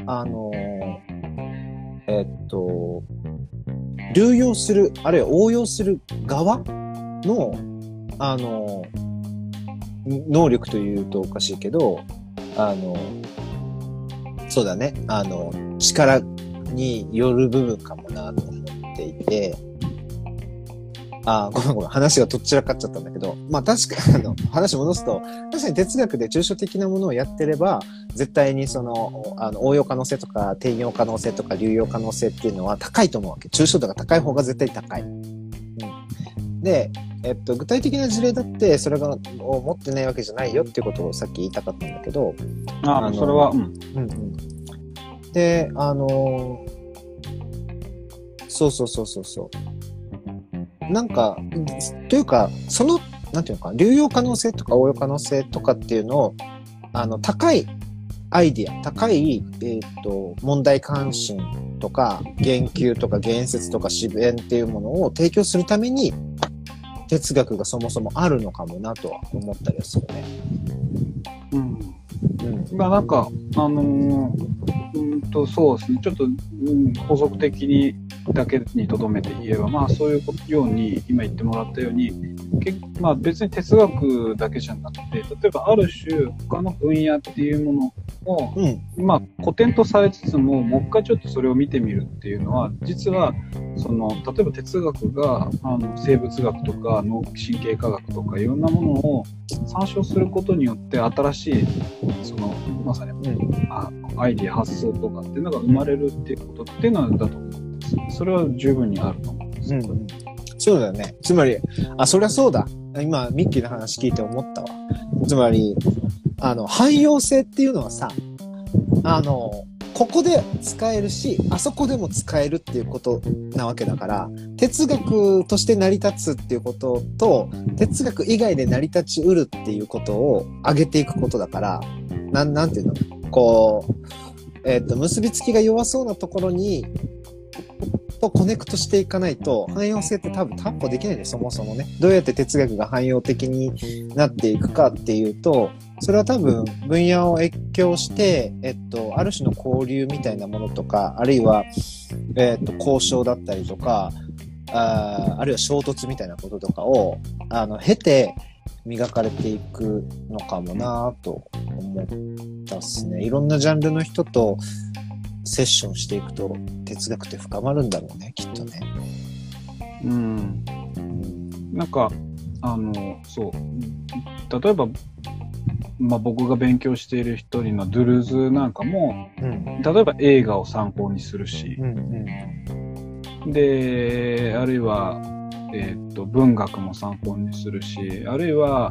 Speaker 1: 流用する、あるいは応用する側の、能力というとおかしいけど、そうだね、力による部分かもなと思っていて、ごめん、話がとっちらかっちゃったんだけど、確かに、話戻すと、確かに哲学で抽象的なものをやってれば、絶対に応用可能性とか、転用可能性とか、流用可能性っていうのは高いと思うわけ。抽象度が高い方が絶対高い。で、具体的な事例だって、それを持ってないわけじゃないよっていうことをさっき言いたかったんだけど、
Speaker 2: それは、
Speaker 1: で、そう。なんか、というか、なんていうのか、流用可能性とか応用可能性とかっていうのを、高いアイディア、高い、問題関心とか、言及とか言説とか思辨っていうものを提供するために、哲学がそもそもあるのかもなとは思ったりするね。
Speaker 2: なんか、そうですね、ちょっと、補足的にだけにとどめて言えば、そういうように、今言ってもらったように、別に哲学だけじゃなくて、例えばある種、他の分野っていうものを、古典とされつつも、もう一回ちょっとそれを見てみるっていうのは、実は、例えば哲学が、生物学とか脳神経科学とかいろんなものを参照することによって、新しい、まさに、アイディア発想とかっていうのが生まれるっていうことっていうのはだと思うんです。それは十分にあると思うんです。
Speaker 1: そうだよね。つまり、そりゃそうだ。今、ミッキーの話聞いて思ったわ。つまり、汎用性っていうのはさ、ここで使えるし、あそこでも使えるっていうことなわけだから、哲学として成り立つっていうことと、哲学以外で成り立ちうるっていうことを上げていくことだから、なんていうの？結びつきが弱そうなところに、とコネクトしていかないと、汎用性って多分担保できないね、そもそもね。どうやって哲学が汎用的になっていくかっていうと、それは多分分野を越境して、ある種の交流みたいなものとか、あるいは、交渉だったりとか、あるいは衝突みたいなこととかを、経て磨かれていくのかもなぁと思ったっすね。いろんなジャンルの人とセッションしていくと哲学って深まるんだろうね、きっとね。
Speaker 2: なんか、そう。例えば、僕が勉強している一人のドゥルーズなんかも、例えば映画を参考にするし、で、あるいは、文学も参考にするし、あるいは、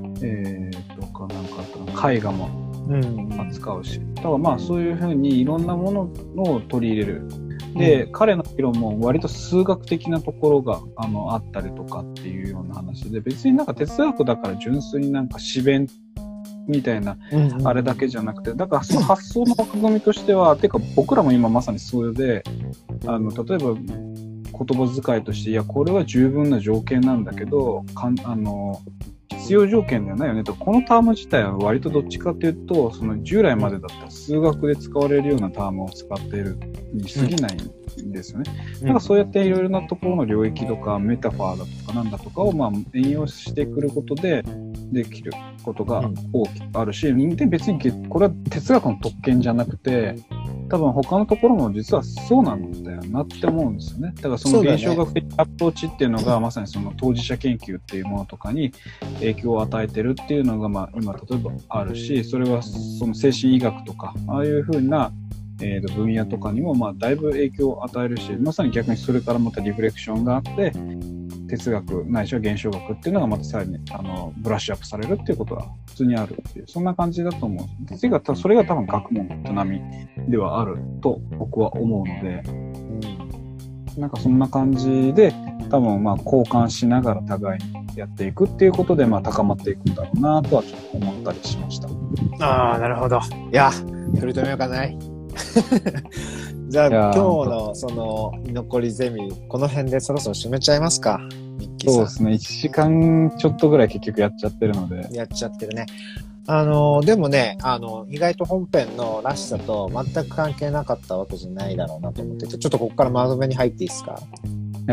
Speaker 2: 絵画も扱うし、だからそういうふうにいろんなものを取り入れる。で、彼の議論も割と数学的なところがあったりとかっていうような話で、別になんか哲学だから純粋になんか思弁みたいなあれだけじゃなくて、だからその発想の枠組みとしては、てか僕らも今まさにそれで、例えば言葉遣いとして、いやこれは十分な条件なんだけど、必要条件ではないよねと。このターム自体は割とどっちかというと、その従来までだったら数学で使われるようなタームを使っているに過ぎないんですよね。だからそうやっていろいろなところの領域とかメタファーだとかなんだとかを援用してくることでできることが大きくあるし、で別にこれは哲学の特権じゃなくて、多分他のところも実はそうなんだよなって思うんですよね。だからその現象学的アプローチっていうのが、まさにその当事者研究っていうものとかに影響を与えてるっていうのが、今例えばあるし、それはその精神医学とかああいう風な分野とかにもだいぶ影響を与えるし、まさに逆にそれからまたリフレクションがあって、哲学ないしは現象学っていうのがまたさらにブラッシュアップされるっていうことは普通にあるっていう、そんな感じだと思う。哲学はそれが多分学問の営みではあると僕は思うので、なんかそんな感じで多分交換しながら互いにやっていくっていうことで高まっていくんだろうなとはちょっと思ったりしました。
Speaker 1: ああ、なるほど。いや、取り留めようかない。じゃあ今日のその居残りゼミ、この辺でそろそろ締めちゃいますか。
Speaker 2: そうですね。1時間ちょっとぐらい結局やっちゃってるので。
Speaker 1: やっちゃってるね。でもね、意外と本編のらしさと全く関係なかったわけじゃないだろうなと思ってて、ちょっとここからまとめに入っていいですか？
Speaker 2: はい。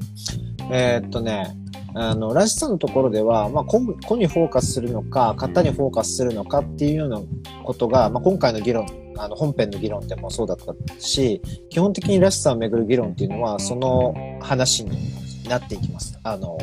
Speaker 1: らしさのところでは、個にフォーカスするのか、型にフォーカスするのかっていうようなことが、今回の議論、本編の議論でもそうだったし、基本的にらしさをめぐる議論っていうのは、その話になっていきます。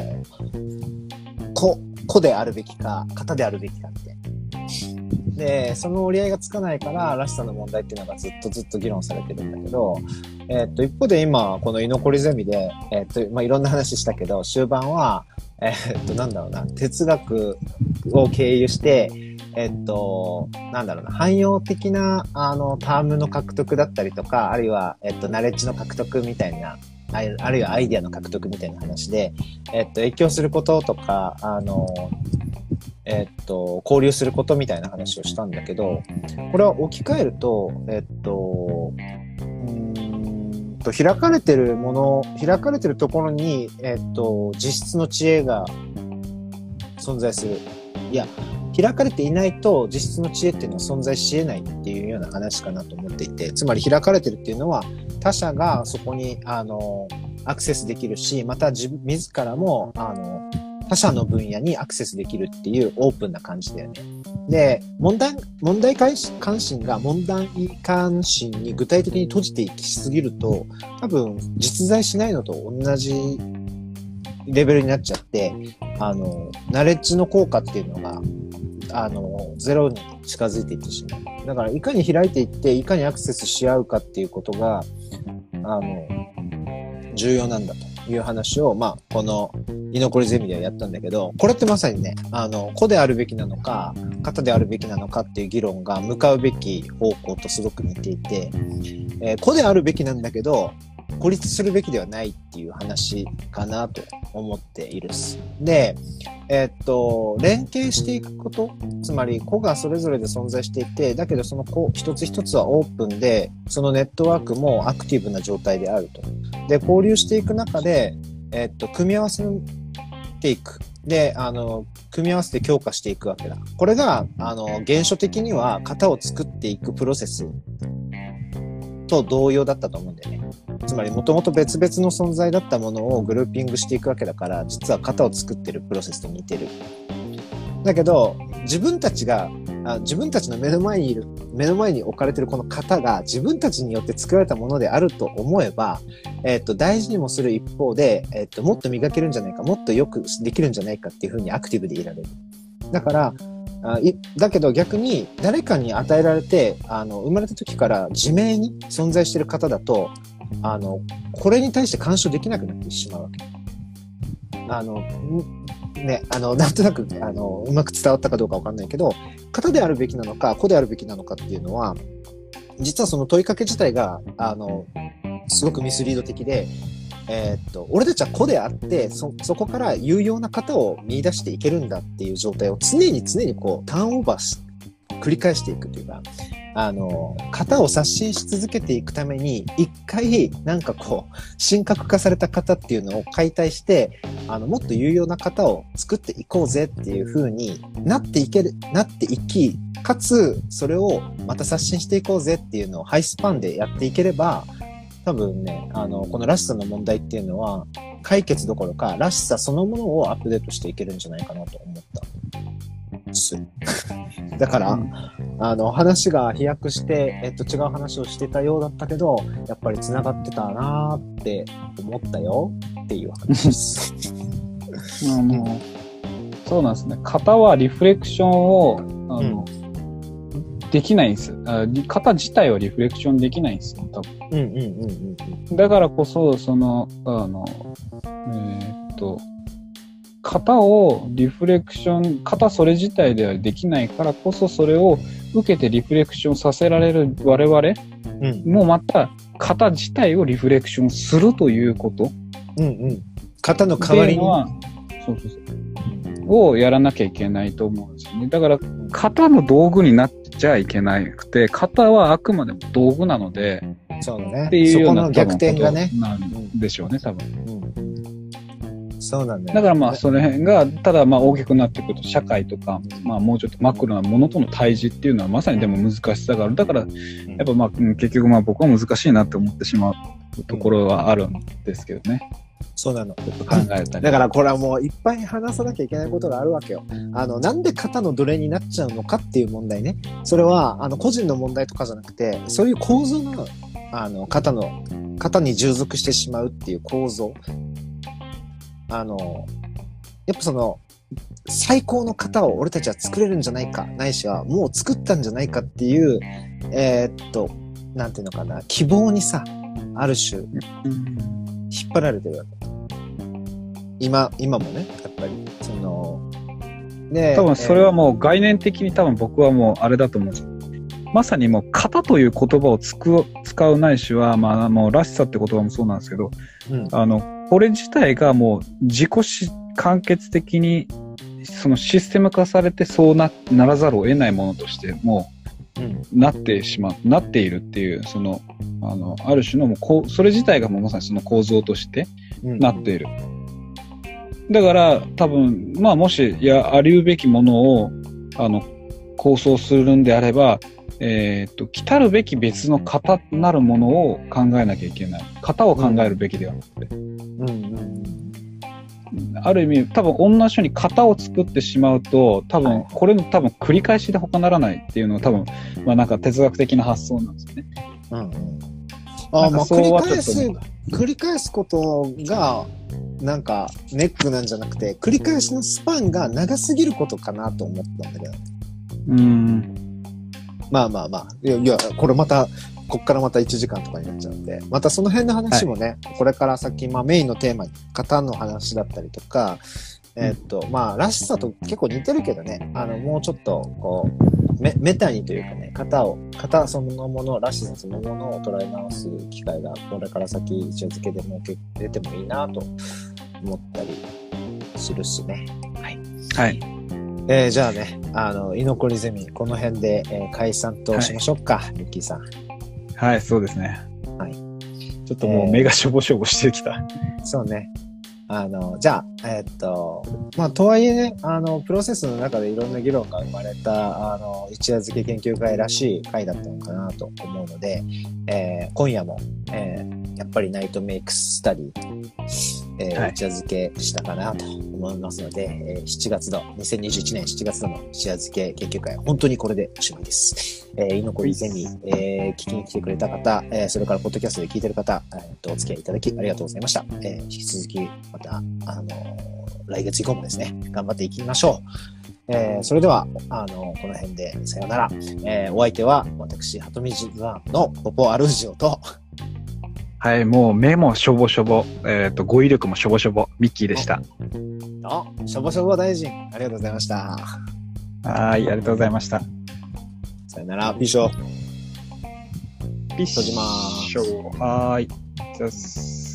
Speaker 1: 個であるべきか、型であるべきかって。で、その折り合いがつかないから、らしさの問題っていうのがずっと議論されてるんだけど、一方で今、この居残りゼミで、いろんな話したけど、終盤は、哲学を経由して、汎用的な、タームの獲得だったりとか、あるいは、ナレッジの獲得みたいな、あるいはアイディアの獲得みたいな話で、影響することとか、交流することみたいな話をしたんだけど、これは置き換えると、開かれてるところに、実質の知恵が存在する。いや、開かれていないと実質の知恵っていうのは存在し得ないっていうような話かなと思っていて、つまり開かれてるっていうのは他者がそこにアクセスできるし、また自らも他者の分野にアクセスできるっていうオープンな感じだよね。で、問題関心に具体的に閉じていきすぎると、多分実在しないのと同じレベルになっちゃって、ナレッジの効果っていうのが、ゼロに近づいていってしまう。だから、いかに開いていって、いかにアクセスし合うかっていうことが、重要なんだという話を、この居残りゼミではやったんだけど、これってまさにね、個であるべきなのか、型であるべきなのかっていう議論が向かうべき方向とすごく似ていて、個であるべきなんだけど、孤立するべきではないっていう話かなと思っているです。で、連携していくこと、つまり個がそれぞれで存在していて、だけどその個一つ一つはオープンで、そのネットワークもアクティブな状態であると。で、交流していく中で、組み合わせていく。で、組み合わせて強化していくわけだ。これが、原初的には型を作っていくプロセスと同様だったと思うんだよね。つまりもともと別々の存在だったものをグルーピングしていくわけだから、実は型を作ってるプロセスと似てる。だけど、自分たちの目の前に置かれてるこの型が自分たちによって作られたものであると思えば、大事にもする一方で、もっと磨けるんじゃないか、もっとよくできるんじゃないかっていうふうにアクティブでいられる。だから、だけど逆に誰かに与えられて、生まれた時から自明に存在している方だと、これに対して干渉できなくなってしまうわけ。なんとなく、うまく伝わったかどうかわかんないけど、型であるべきなのか、個であるべきなのかっていうのは、実はその問いかけ自体が、 すごくミスリード的で、俺たちは個であって、そこから有用な型を見出していけるんだっていう状態を常にこう、ターンオーバー繰り返していくというか、型を刷新し続けていくために、一回、なんかこう、神格化された型っていうのを解体して、もっと有用な型を作っていこうぜっていう風になっていき、かつ、それをまた刷新していこうぜっていうのをハイスパンでやっていければ、多分ね、このらしさの問題っていうのは、解決どころか、らしさそのものをアップデートしていけるんじゃないかなと思った。だから、話が飛躍して、違う話をしてたようだったけど、やっぱり繋がってたなーって思ったよっていう話です。
Speaker 2: そうなんですね。型はリフレクションを、できないんですよ。型自体はリフレクションできないんですよ、多分。だからこそ、型をリフレクション、型それ自体ではできないからこそ、それを受けてリフレクションさせられる我々、もうまた型自体をリフレクションするということ。
Speaker 1: 型の代わりに。
Speaker 2: をやらなきゃいけないと思うんですよね。だから、型の道具になっちゃいけなくて、型はあくまでも道具なので、
Speaker 1: そうだね。
Speaker 2: っていうような
Speaker 1: そこの逆転がね。
Speaker 2: なんでしょうね、多分。
Speaker 1: そうなんだよ。
Speaker 2: だからまあ、その辺が、ただまあ大きくなってくると、社会とか、まあもうちょっとマクロなものとの対峙っていうのはまさにでも難しさがある。だから、やっぱまあ、結局まあ僕は難しいなって思ってしまうところはあるんですけどね。
Speaker 1: そうなの。
Speaker 2: ちょっと考えたり。
Speaker 1: だからこれはもういっぱい話さなきゃいけないことがあるわけよ。なんで型の奴隷になっちゃうのかっていう問題ね。それは、個人の問題とかじゃなくて、そういう構造の、型に従属してしまうっていう構造。やっぱその、最高の型を俺たちは作れるんじゃないか、ないしはもう作ったんじゃないかっていう、なんていうのかな、希望にさ、ある種、引っ張られてるわけ。今もね、やっぱり、
Speaker 2: 多分それはもう概念的に多分僕はもうあれだと思うんですよ。まさにもう型という言葉を使うないしは、まあもうらしさって言葉もそうなんですけど、これ自体がもう自己完結的にそのシステム化されてそうならざるを得ないものとしてもうなっているっていう、ある種のそれ自体がもうまさにその構造としてなっている。だから多分、まあもし、ありうべきものを、構想するんであれば、来たるべき別の型なるものを考えなきゃいけない。型を考えるべきではなくて。ある意味、多分同じように型を作ってしまうと、多分、これの多分繰り返しで他ならないっていうのは多分、まあなんか哲学的な発想なんですよね。
Speaker 1: 繰り返すことが、なんか、ネックなんじゃなくて、繰り返しのスパンが長すぎることかなと思ったんだけど。まあ。いや、これまた、こっからまた1時間とかになっちゃうんで、またその辺の話もね、これから先、まあメインのテーマに、型の話だったりとか、まあ、らしさと結構似てるけどね、もうちょっと、こう、メタにというかね、型そのもの、らしさそのものを捉え直す機会が、これから先、一応付けでも出てもいいなと思ったりするしね。はい。じゃあね、居残りゼミ、この辺で、解散としましょうか、ミッキーさん。
Speaker 2: はい、そうですね。
Speaker 1: はい。
Speaker 2: ちょっともう目がしょぼしょぼしてきた。
Speaker 1: そうね。じゃあ、まあ、とはいえね、プロセスの中でいろんな議論が生まれた、一夜漬け研究会らしい会だったのかなと思うので、今夜も、やっぱりナイトメイクススタディ、一夜漬けしたかなと思いますので、2021年7月の一夜漬け研究会、本当にこれでおしまいです。居残りゼミ、聞きに来てくれた方、それからポッドキャストで聞いてる方、お付き合いいただきありがとうございました。引き続き、また、来月以降もですね、頑張っていきましょう。それでは、この辺でさよなら。お相手は、私、ハトミズナのポポアルージオと、
Speaker 2: はい、もう目もしょぼしょぼ、語彙力もしょぼしょぼ、ミッキーでした。
Speaker 1: しょぼしょぼ大臣、ありがとうございました。
Speaker 2: はい、ありがとうございました。
Speaker 1: さよなら、ピショ。
Speaker 2: ピッショ。
Speaker 1: 閉じまーす。
Speaker 2: はーい。 じゃあ